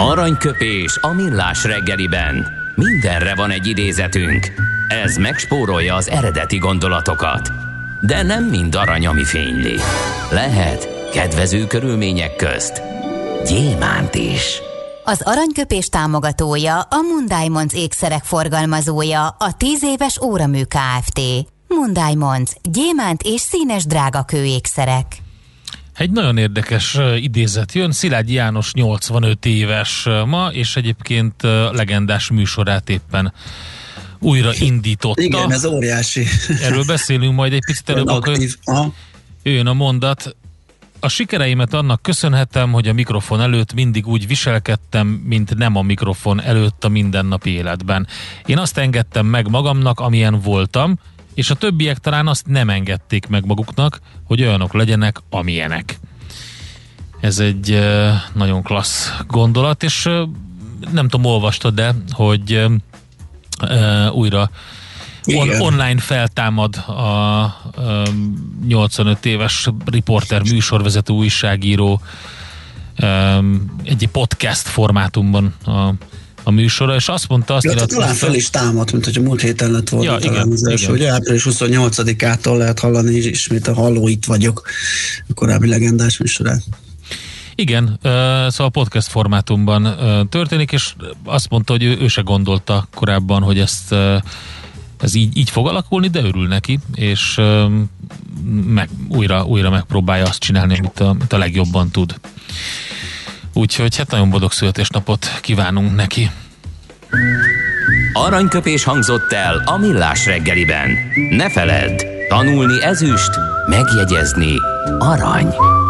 Aranyköpés a millás reggeliben. Mindenre van egy idézetünk. Ez megspórolja az eredeti gondolatokat. De nem mind arany, ami fényli. Lehet kedvező körülmények közt gyémánt is. Az aranyköpés támogatója a Mundiamonds ékszerek forgalmazója, a tíz éves óramű Kft. Mundiamonds, gyémánt és színes drágakő ékszerek. Egy nagyon érdekes idézet jön. Szilágyi János nyolcvanöt éves ma, és egyébként legendás műsorát éppen újra indította. Igen, ez óriási. Erről beszélünk majd egy picit előbb, akkor jöjjön a mondat. A sikereimet annak köszönhetem, hogy a mikrofon előtt mindig úgy viselkedtem, mint nem a mikrofon előtt a mindennapi életben. Én azt engedtem meg magamnak, amilyen voltam, és a többiek talán azt nem engedték meg maguknak, hogy olyanok legyenek, amilyenek. Ez egy uh, nagyon klassz gondolat, és uh, nem tudom, olvastad, de hogy uh, újra on, online feltámad a uh, nyolcvanöt éves riporter, műsorvezető, újságíró um, egy podcast formátumban a a műsorra, és azt mondta, azt ja, nyilatkozta... Talán fel is támadt, mint hogyha múlt héten lett volna ja, talán igen, az első, hogy április huszonnyolcadikától lehet hallani ismét a Halló, itt vagyok, a korábbi legendás műsorát. Igen, uh, szóval a podcast formátumban uh, történik, és azt mondta, hogy ő, ő se gondolta korábban, hogy ezt uh, ez így, így fog alakulni, de örül neki, és uh, meg, újra, újra megpróbálja azt csinálni, amit a, amit a legjobban tud. Úgyhogy hát nagyon boldog születésnapot kívánunk neki. Aranyköpés hangzott el a millás reggeliben. Ne feledd, tanulni ezüst, megjegyezni arany.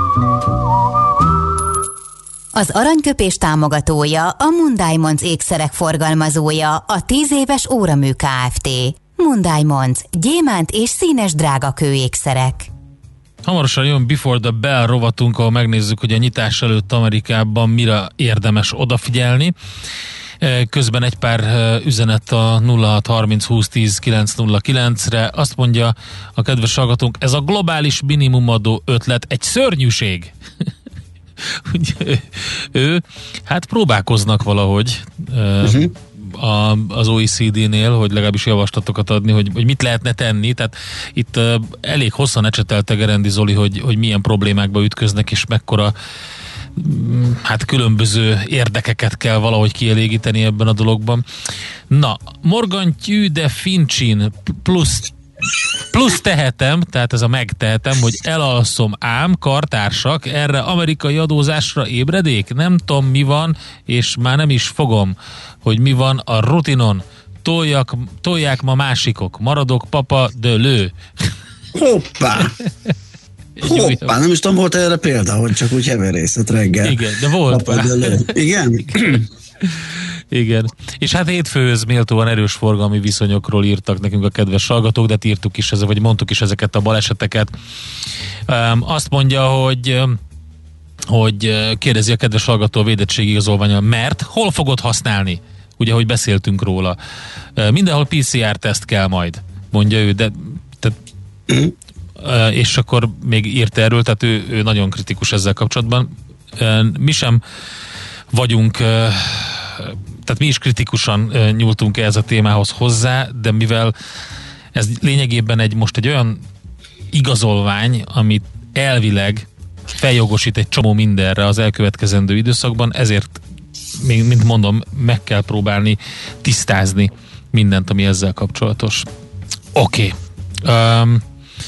Az aranyköpés támogatója a Mundiamonds ékszerek forgalmazója, a tíz éves óramű Kft. Mundiamonds, gyémánt és színes drágakő ékszerek. Hamarosan jön Before the Bell rovatunk, ahol megnézzük, hogy a nyitás előtt Amerikában mire érdemes odafigyelni. Közben egy pár üzenet a nulla hat harminc húsz tíz kilenc nulla kilencre. Azt mondja a kedves hallgatónk, ez a globális minimumadó ötlet egy szörnyűség. ő, ő, hát próbálkoznak valahogy uh-huh. a, az o e cé dé-nél, hogy legalábbis javaslatokat adni, hogy, hogy mit lehetne tenni. Tehát itt uh, elég hosszan ecsetelte Gerendi Zoli, hogy, hogy milyen problémákba ütköznek, és mekkora hát különböző érdekeket kell valahogy kielégíteni ebben a dologban. Na, Morgan Tjű de Fincsin plusz plusz tehetem, tehát ez a megtehetem, hogy elalszom ám, kartársak, erre amerikai adózásra ébredék? Nem tudom, mi van, és már nem is fogom, hogy mi van a rutinon. Toljak, tolják ma másikok, maradok papa de lő. Hoppá! Hoppá, nem is tudom, volt erre példa, hogy csak úgy heverészet reggel. Igen, de volt. Papa de lő. Igen? Igen. Igen. És hát hétfőhöz méltóan erős forgalmi viszonyokról írtak nekünk a kedves hallgatók, de írtuk is, vagy mondtuk is ezeket a baleseteket. Um, azt mondja, hogy hogy kérdezi a kedves hallgató a védettségigazolványa, mert hol fogod használni? Ugye, hogy beszéltünk róla. Uh, mindenhol pé cé er teszt kell majd, mondja ő, de tehát, uh, és akkor még írt erről, tehát ő, ő nagyon kritikus ezzel kapcsolatban. Uh, mi sem vagyunk uh, tehát mi is kritikusan uh, nyúltunk ehhez a témához hozzá, de mivel ez lényegében egy most egy olyan igazolvány, amit elvileg feljogosít egy csomó mindenre az elkövetkezendő időszakban, ezért még, mint mondom, meg kell próbálni tisztázni mindent, ami ezzel kapcsolatos. Oké. Okay. Um,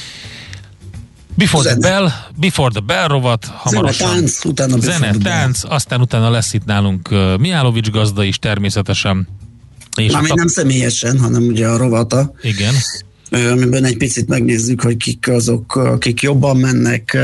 Before the Bell, Before the Bell rovat, hamarosan. Zene, tánc, utána Zene, tánc, aztán utána lesz itt nálunk uh, Mihálovics gazda is természetesen. És Már még tak... nem személyesen, hanem ugye a rovata. Igen. Amiben egy picit megnézzük, hogy kik azok, akik jobban mennek,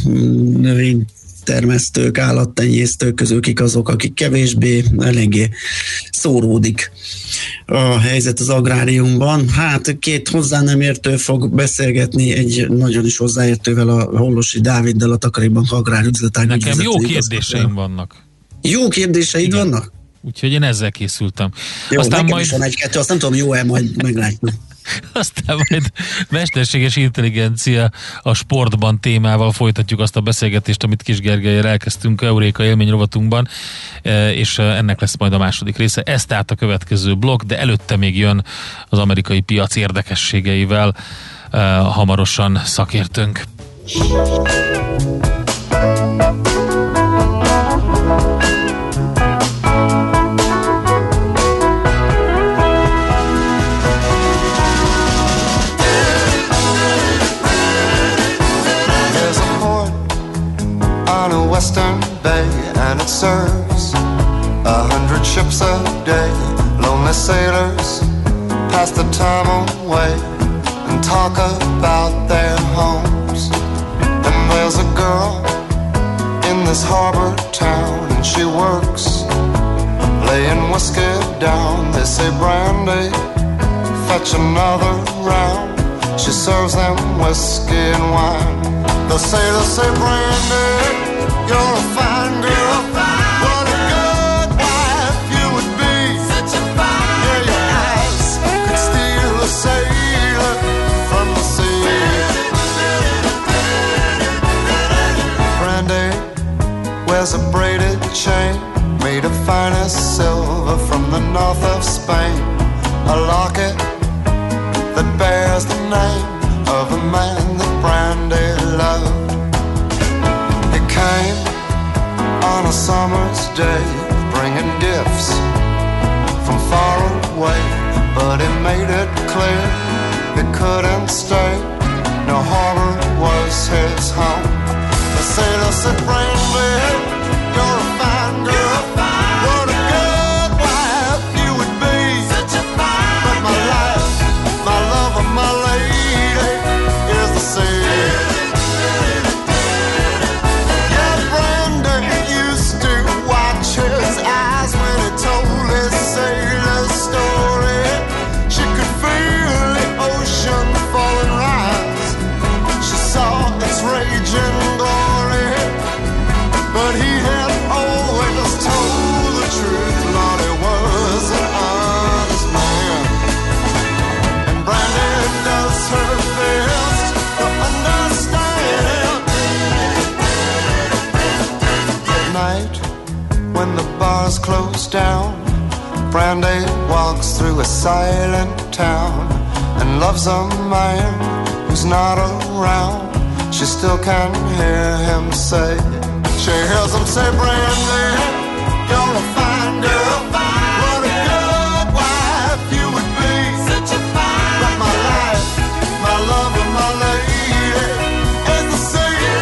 növénytermesztők, állattenyésztők közül, kik azok, akik kevésbé, eléggé szóródik a helyzet az agráriumban. Hát két hozzá nem értő fog beszélgetni egy nagyon is hozzáértővel, a Hollosi Dáviddal, a Takarékbank agrárüzletág. Nekem jó kérdéseim vannak. Jó kérdéseid Igen. vannak? Úgyhogy én ezzel készültem. Jó, aztán nekem majd... is van egy-kettő, azt nem tudom, jó-e, majd meglátjuk. Aztán majd mesterséges intelligencia a sportban témával folytatjuk azt a beszélgetést, amit Kis Gergellyel elkezdtünk Euréka élmény rovatunkban, és ennek lesz majd a második része. Ez tehát a következő blokk, de előtte még jön az amerikai piac érdekességeivel hamarosan szakértőnk. Western Bay, and it serves a hundred ships a day. Lonely sailors pass the time away and talk about their homes. And there's a girl in this harbor town, and she works laying whiskey down. They say, Brandy, fetch another round. She serves them whiskey and wine. The sailors say, Brandy, you're a fine girl. What a good wife you would be. Such a fine yeah, your eyes could steal a sailor from the sea. Brandy wears a braided chain made of finest silver from the north of Spain. A locket that bears the name of a man that Brandy loved. He came on a summer's day, bringing gifts from far away, but he made it clear he couldn't stay. No harbor was his home. The sailor said, Brandy, you're a fine girl. What a good wife you would be. Such a fine but my life, my love, and my lady is the sea. His eyes when he told his sailor story. She could feel the ocean fall and rise. She saw its raging glory. But he had always told the truth. Lord, he was an honest man. And Brandy does her best to understand him. At night, when the bars close down, Brandy walks through a silent town and loves a man who's not around. She still can hear him say, she hears him say, Brandy, you're a fine girl. What a good wife you would be. Such a fine but my life, my love, and my lady is the sea.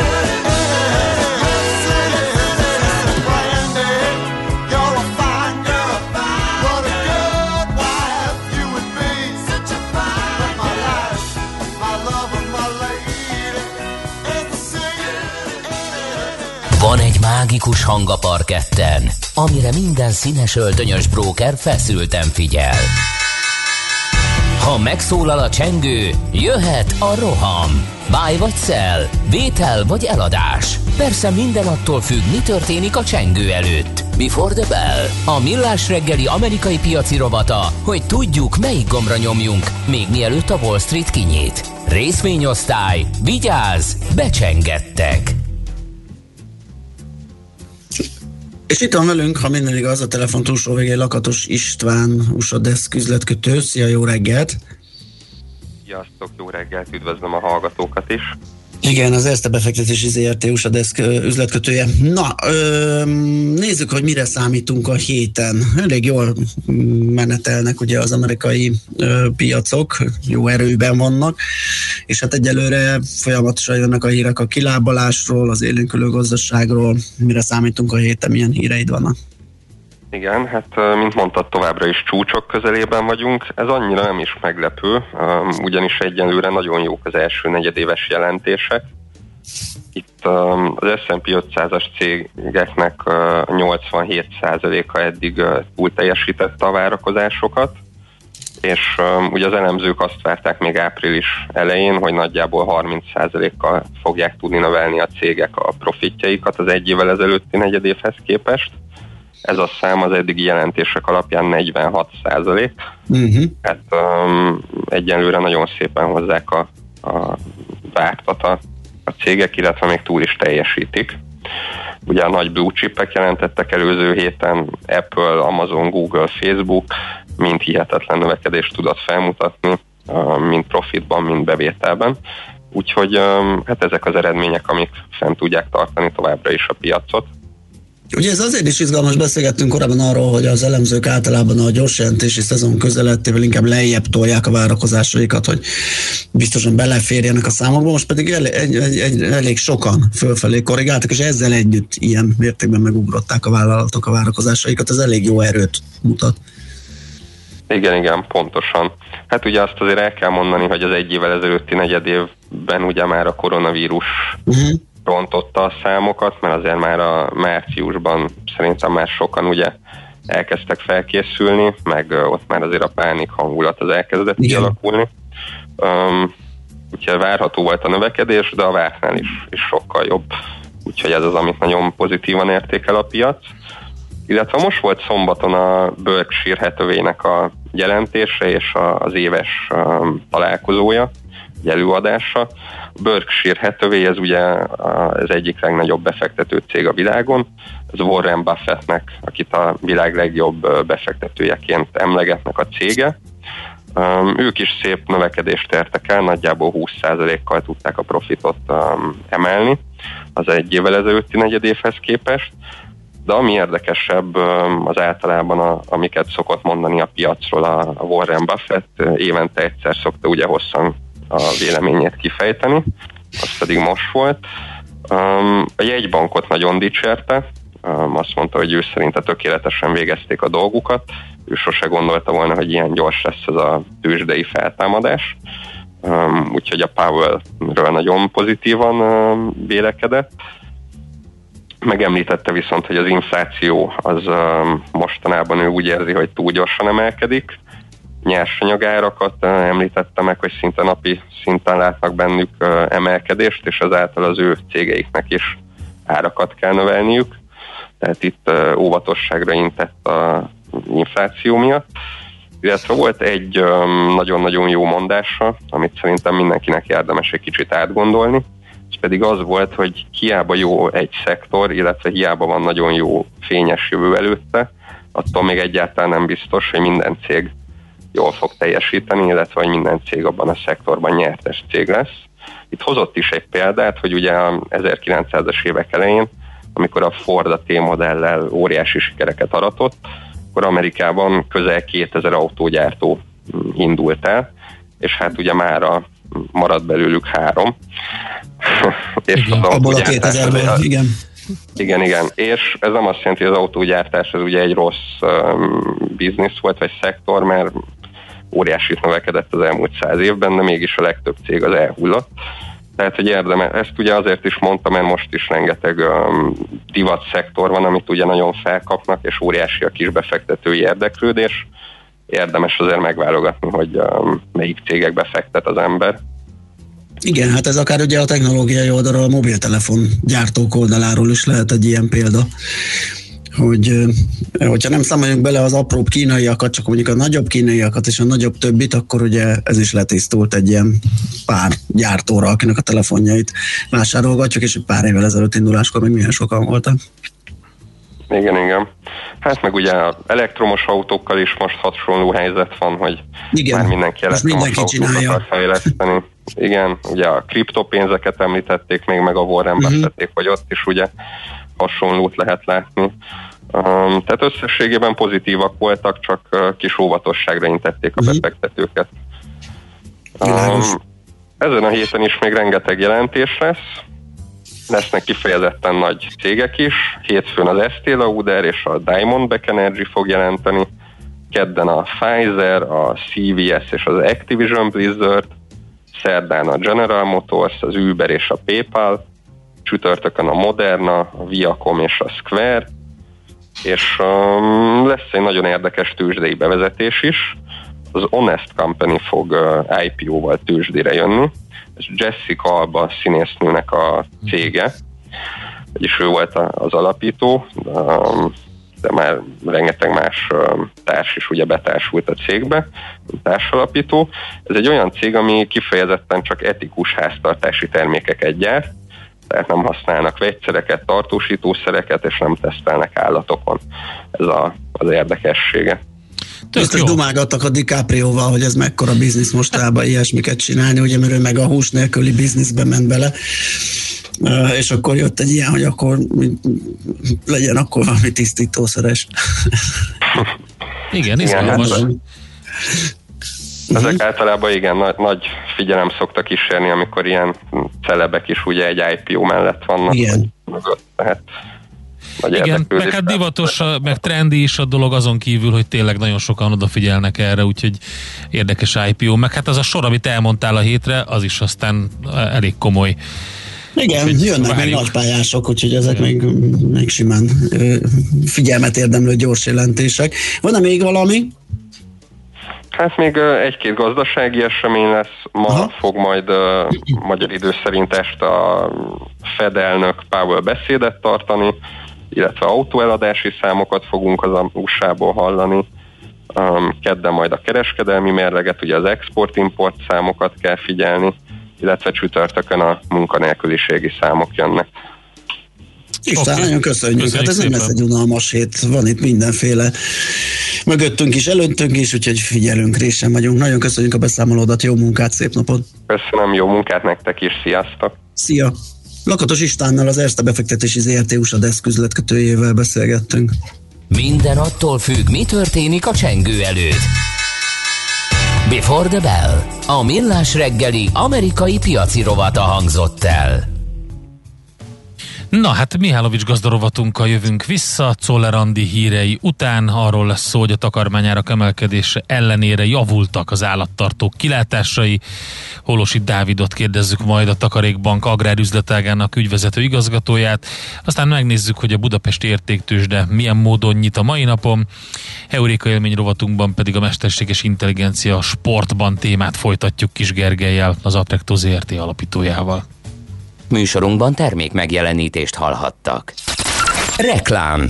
Van egy mágikus hang a parketten, amire minden színes öltönyös bróker feszülten figyel. Ha megszólal a csengő, jöhet a roham. Buy vagy sell, vétel vagy eladás. Persze minden attól függ, mi történik a csengő előtt. Before the bell, a millás reggeli amerikai piaci rovata, hogy tudjuk, melyik gombra nyomjunk, még mielőtt a Wall Street kinyit. Részvényosztály, vigyázz, becsengettek! És itt van velünk, ha minden igaz, a telefon túlsó végén Lakatos István, u es á Desk üzletkötő. Szia, jó reggelt! Sziasztok, jó reggelt, üdvözlöm a hallgatókat is! Igen, az Erste Befektetési zé er té u es á Desk üzletkötője. Na, ö, nézzük, hogy mire számítunk a héten. Elég jól menetelnek ugye az amerikai ö, piacok, jó erőben vannak, és hát egyelőre folyamatosan jönnek a hírek a kilábalásról, az élénkülő gazdaságról. Mire számítunk a héten, milyen híreid vannak? Igen, hát mint mondtad, továbbra is csúcsok közelében vagyunk. Ez annyira nem is meglepő, ugyanis egyenlőre nagyon jók az első negyedéves jelentések. Itt az es and pé ötszázas cégeknek nyolcvanhét százaléka eddig túl teljesítette a várakozásokat, és ugye az elemzők azt várták még április elején, hogy nagyjából harminc százalékkal fogják tudni növelni a cégek a profitjaikat az egy évvel ezelőtti negyedévhez képest. ez a szám az eddigi jelentések alapján negyvenhat százalék. Uh-huh. Hát um, egyenlőre nagyon szépen hozzák a, a vártat a, a cégek, illetve még túl is teljesítik. Ugye a nagy blue chipek jelentettek előző héten, Apple, Amazon, Google, Facebook mind hihetetlen növekedést tudott felmutatni, mind profitban, mind bevételben. Úgyhogy hát ezek az eredmények, amik fent tudják tartani továbbra is a piacot. Ugye ez azért is izgalmas, beszélgettünk korábban arról, hogy az elemzők általában a gyors jelentési szezon közelettével inkább lejjebb tolják a várakozásaikat, hogy biztosan beleférjenek a számokba, most pedig el, egy, egy, egy, elég sokan fölfelé korrigáltak, és ezzel együtt ilyen mértékben megugrották a vállalatok a várakozásaikat, ez elég jó erőt mutat. Igen, igen, pontosan. Hát ugye azt azért el kell mondani, hogy az egy évvel ezelőtti negyed évben ugye már a koronavírus uh-huh. rontotta a számokat, mert azért már a márciusban szerintem már sokan ugye elkezdtek felkészülni, meg ott már azért a pánik hangulat az elkezdett igen. kialakulni. Um, úgyhogy várható volt a növekedés, de a vártnál is, is sokkal jobb. Úgyhogy ez az, amit nagyon pozitívan értékel a piac. Illetve most volt szombaton a Berkshire Hathaway-nek a jelentése és a, az éves um, találkozója, előadása. A Berkshire Hathaway, ez ugye az egyik legnagyobb befektető cég a világon. Ez Warren Buffettnek, akit a világ legjobb befektetőjeként emlegetnek a cége. Um, ők is szép növekedést értek el, nagyjából húsz százalékkal tudták a profitot um, emelni az egy évvel ezelőtti negyedévhez képest. De ami érdekesebb, az általában, a, amiket szokott mondani a piacról a, a Warren Buffett, évente egyszer szokta ugye hosszan a véleményét kifejteni, az pedig most volt. A jegybankot nagyon dicsérte, azt mondta, hogy ő szerinte tökéletesen végezték a dolgukat, ő sose gondolta volna, hogy ilyen gyors lesz ez a tőzsdei feltámadás, úgyhogy a Powell-ről nagyon pozitívan vélekedett. Megemlítette viszont, hogy az infláció az mostanában ő úgy érzi, hogy túl gyorsan emelkedik. Nyersanyagárakat említette meg, hogy szinte napi szinten látnak bennük emelkedést, és ezáltal az ő cégeiknek is árakat kell növelniük. Tehát itt óvatosságra intett az infláció miatt. Illetve volt egy nagyon-nagyon jó mondása, amit szerintem mindenkinek érdemes egy kicsit átgondolni. Ez pedig az volt, hogy hiába jó egy szektor, illetve hiába van nagyon jó fényes jövő előtte, attól még egyáltalán nem biztos, hogy minden cég jól fog teljesíteni, illetve hogy minden cég abban a szektorban nyertes cég lesz. Itt hozott is egy példát, hogy ugye a ezerkilencszázas évek elején, amikor a Ford a T-modellel óriási sikereket aratott, akkor Amerikában közel kétezer autógyártó indult el, és hát ugye mára maradt belőlük három. És igen, abból a kétezerben, igen. Igen, igen. És ez nem azt jelenti, hogy az autógyártás ez ugye egy rossz um, biznisz volt, vagy szektor, mert óriásit növekedett az elmúlt száz évben, de mégis a legtöbb cég az elhullott. Tehát, hogy érdemes, ezt ugye azért is mondtam, mert most is rengeteg um, divat szektor van, amit ugye nagyon felkapnak, és óriási a kisbefektetői érdeklődés. Érdemes azért megválogatni, hogy um, melyik cégekbe fektet az ember. Igen, hát ez akár ugye a technológiai oldalról, a mobiltelefon gyártók oldaláról is lehet egy ilyen példa, hogy hogyha nem számoljuk bele az apróbb kínaiakat, csak mondjuk a nagyobb kínaiakat és a nagyobb többit, akkor ugye ez is letisztult egy ilyen pár gyártóra, akinek a telefonjait vásárolgatjuk, és egy pár évvel ezelőtt induláskor még milyen sokan voltak. Igen, igen. Hát meg ugye elektromos autókkal is most hasonló helyzet van, hogy igen, már mindenki elektromos autókat akar fejleszteni. Igen, ugye a kriptopénzeket említették még, meg a Warren Buffették, hogy ott is ugye hasonlót lehet látni. Um, tehát összességében pozitívak voltak, csak uh, kis óvatosságra intették a uh-huh. befektetőket. Um, ezen a héten is még rengeteg jelentés lesz. Lesznek kifejezetten nagy cégek is. Hétfőn az Estée Lauder és a Diamondback Energy fog jelenteni. Kedden a Pfizer, a C V S és az Activision Blizzard. Szerdán a General Motors, az Uber és a PayPal. Csütörtökön a Moderna, a Viacom és a Square. És um, lesz egy nagyon érdekes tőzsdei bevezetés is. Az Honest Company fog uh, I P O-val tőzsdére jönni. Ez Jessica Alba színésznőnek a cége, vagyis ő volt az alapító. Um, de már rengeteg más társ is ugye betársult a cégbe, társalapító. Ez egy olyan cég, ami kifejezetten csak etikus háztartási termékeket gyárt, tehát nem használnak vegyszereket, tartósítószereket, és nem tesztelnek állatokon. Ez a, az érdekessége. Biztos dumálgattak a DiCaprioval, hogy ez mekkora biznisz mostában ilyesmiket csinálni, ugye, mert ő meg a hús nélküli bizniszbe ment bele, uh, és akkor jött egy ilyen, hogy akkor legyen akkor valami tisztítószeres. Igen, izgalmas. Ezek uh-huh. általában igen, nagy, nagy figyelem szoktak kísérni, amikor ilyen celebek is ugye egy I P O mellett vannak. Igen. Mögött, tehát igen, meg hát divatos, meg trendi is a dolog, azon kívül, hogy tényleg nagyon sokan odafigyelnek erre, úgyhogy érdekes I P O, meg hát az a sor, amit elmondtál a hétre, az is aztán elég komoly. Igen, úgyhogy jönnek várjuk. Még nagypályások, úgyhogy ezek még, még simán figyelmet érdemlő gyors jelentések. Van-e még valami? Hát még egy-két gazdasági esemény lesz. Ma Aha. fog majd uh, magyar idő szerint este a Fed elnök Powell beszédet tartani, illetve autóeladási számokat fogunk az U S A-ból hallani. Um, kedden majd a kereskedelmi mérleget, ugye az export-import számokat kell figyelni, illetve csütörtökön a munkanélküliségi számok jönnek. István, okay. Nagyon köszönjük. köszönjük. Hát ez szépen. Nem lesz egy unalmas hét, van itt mindenféle mögöttünk is, előttünk is, úgyhogy figyelünk, résen vagyunk. Nagyon köszönjük a beszámolódat, jó munkát, szép napot! Köszönöm, jó munkát nektek is, sziasztok! Szia! Lakatos Istvánnal, az Erste befektetési zé er té u es á deszk üzletkötőjével beszélgettünk. Minden attól függ, mi történik a csengő előtt. Before the Bell, a millás reggeli amerikai piaci rovata hangzott el. Na hát Mihálovics gazdarovatunkkal jövünk vissza, Czoller Andi hírei után. Arról lesz szó, hogy a takarmányárak emelkedése ellenére javultak az állattartók kilátásai. Holosi Dávidot kérdezzük majd, a Takarékbank agrárüzletágának ügyvezető igazgatóját. Aztán megnézzük, hogy a budapesti értéktőzsde milyen módon nyit a mai napon. Euréka élmény rovatunkban pedig a mesterséges intelligencia sportban témát folytatjuk Kis Gergellyel, az Attracto zé er té alapítójával. Műsorunkban termék megjelenítést hallhattak. Reklám.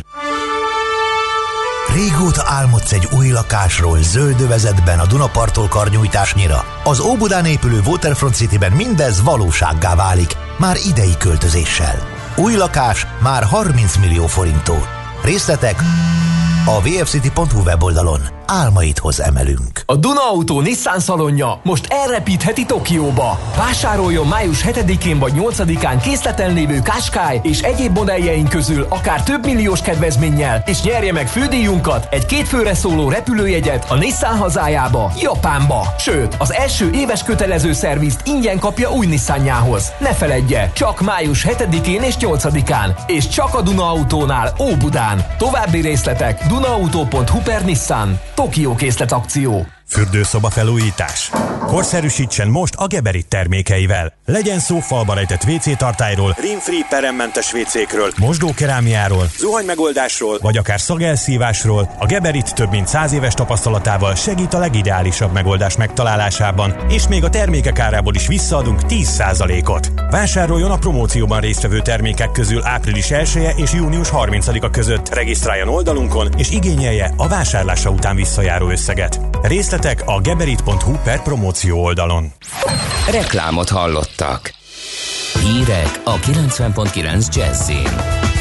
Régóta álmodsz egy új lakásról zöld övezetben a Dunaparttól karnyújtásnyira. Az Óbudán épülő Waterfront Cityben mindez valósággá válik, már idei költözéssel. Új lakás már harminc millió forintól. Részletek a vé ef city pont hu weboldalon. Álmaidhoz emelünk. A Duna Auto Nissan szalonja most elrepítheti Tokióba. Vásároljon május hetedikén vagy nyolcadikán készleten lévő Qashqai és egyéb modelljeink közül akár több milliós kedvezménnyel, és nyerje meg fődíjunkat, egy két főre szóló repülőjegyet a Nissan hazájába, Japánba. Sőt, az első éves kötelező szervizt ingyen kapja új Nissanjához. Ne feledje, csak május hetedikén és nyolcadikán, és csak a Duna Autónál Óbudán. További részletek dunaauto pont hu per Nissan. Tokió készlet akció. Fürdőszoba felújítás. Korszerűsítsen most a Geberit termékeivel. Legyen szó falba rejtett vé cé tartályról, rímfree peremmentes vécékről, mosdókerámiáról, zuhanymegoldásról, vagy akár szagelszívásról, a Geberit több mint száz éves tapasztalatával segít a legideálisabb megoldás megtalálásában, és még a termékek árából is visszaadunk tíz százalékot. Vásároljon a promócióban résztvevő termékek közül április elseje és június harmincadika között. Regisztráljon oldalunkon, és igényelje a vásárlása után visszajáró összeget. Részletek a geberit pont hu per promóció oldalon. Reklámot hallottak. Hírek a kilencven pont kilenc Jazzin.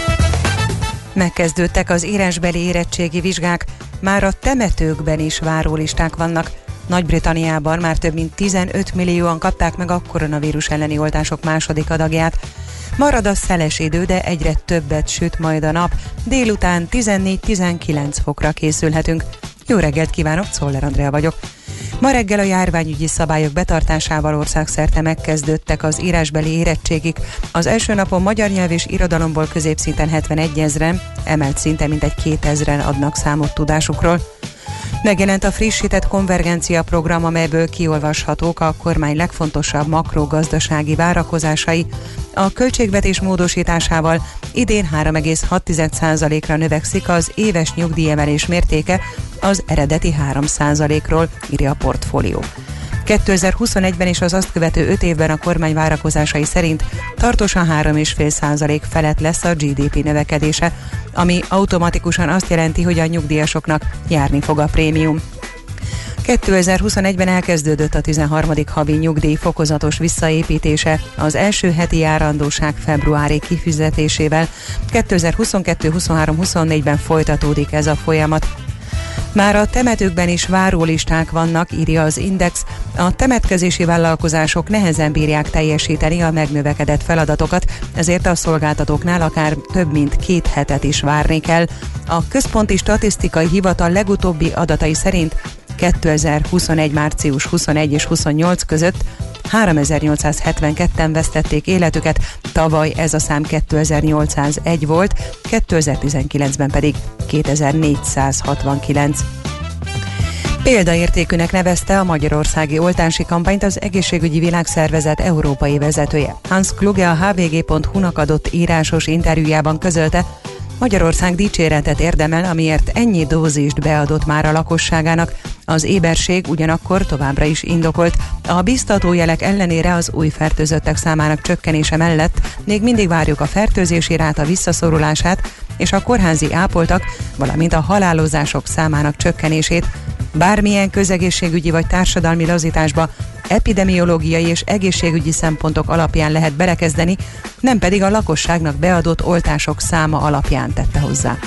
Megkezdődtek az írásbeli érettségi vizsgák, már a temetőkben is várólisták vannak. Nagy-Britanniában már több mint tizenöt millióan kapták meg a koronavírus elleni oltások második adagját. Marad a szeles idő, de egyre többet süt majd a nap. Délután tizennégy-tizenkilenc fokra készülhetünk. Jó reggelt kívánok, Czoller Andrea vagyok. Ma reggel a járványügyi szabályok betartásával országszerte megkezdődtek az írásbeli érettségik. Az első napon magyar nyelv és irodalomból középszinten hetvenegy ezren, emelt szinten mintegy kétezren adnak számot tudásukról. Megjelent a frissített konvergencia program, amelyből kiolvashatók a kormány legfontosabb makrogazdasági várakozásai. A költségvetés módosításával idén három egész hat százalékra növekszik az éves nyugdíjemelés mértéke az eredeti három százalékról, írja a Portfólió. kétezer-huszonegyben és az azt követő öt évben a kormány várakozásai szerint tartósan három egész öt százalék felett lesz a gé dé pé növekedése. ami automatikusan azt jelenti, hogy a nyugdíjasoknak járni fog a prémium. kétezer-huszonegyben elkezdődött a tizenharmadik havi nyugdíj fokozatos visszaépítése az első heti járandóság februári kifizetésével. kétezer-huszonkettő, huszonhárom, huszonnégyben folytatódik ez a folyamat. Már a temetőkben is várólisták vannak, írja az Index. A temetkezési vállalkozások nehezen bírják teljesíteni a megnövekedett feladatokat, ezért a szolgáltatóknál akár több mint két hetet is várni kell. A Központi Statisztikai Hivatal legutóbbi adatai szerint kétezer-huszonegy. március huszonegy és huszonnyolc között háromezer-nyolcszázhetvenketten vesztették életüket, tavaly ez a szám kétezer-nyolcszázegy volt, kétezer-tizenkilencben pedig kétezer-négyszázhatvankilenc. Példaértékűnek nevezte a magyarországi oltási kampányt az Egészségügyi Világszervezet európai vezetője. Hans Kluge a há vé gé pont hu-nak adott írásos interjújában közölte, Magyarország dicséretet érdemel, amiért ennyi dózist beadott már a lakosságának. Az éberség ugyanakkor továbbra is indokolt. A biztató jelek ellenére az új fertőzöttek számának csökkenése mellett még mindig várjuk a fertőzési ráta visszaszorulását és a kórházi ápoltak, valamint a halálozások számának csökkenését. Bármilyen közegészségügyi vagy társadalmi lazításba epidemiológiai és egészségügyi szempontok alapján lehet belekezdeni, nem pedig a lakosságnak beadott oltások száma alapján, tette hozzá.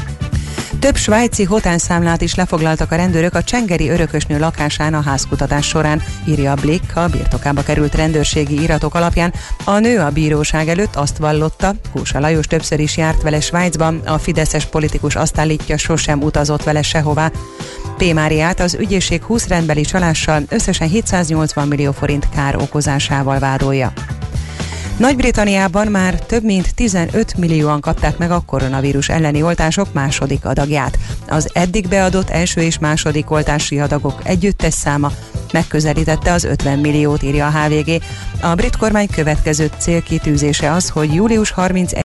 Több svájci hotelszámlát is lefoglaltak a rendőrök a csengeri örökösnő lakásán a házkutatás során, írja a Blick a birtokába került rendőrségi iratok alapján. A nő a bíróság előtt azt vallotta, Kósa Lajos többször is járt vele Svájcban, a fideszes politikus azt állítja, sosem utazott vele sehová. P. Máriát az ügyészség húsz rendbeli csalással, összesen hétszáznyolcvan millió forint kár okozásával vádolja. Nagy-Britanniában már több mint tizenöt millióan kapták meg a koronavírus elleni oltások második adagját. Az eddig beadott első és második oltási adagok együttes száma megközelítette az ötven milliót, írja a há vé gé. A brit kormány következő célkitűzése az, hogy július harmincegyedikén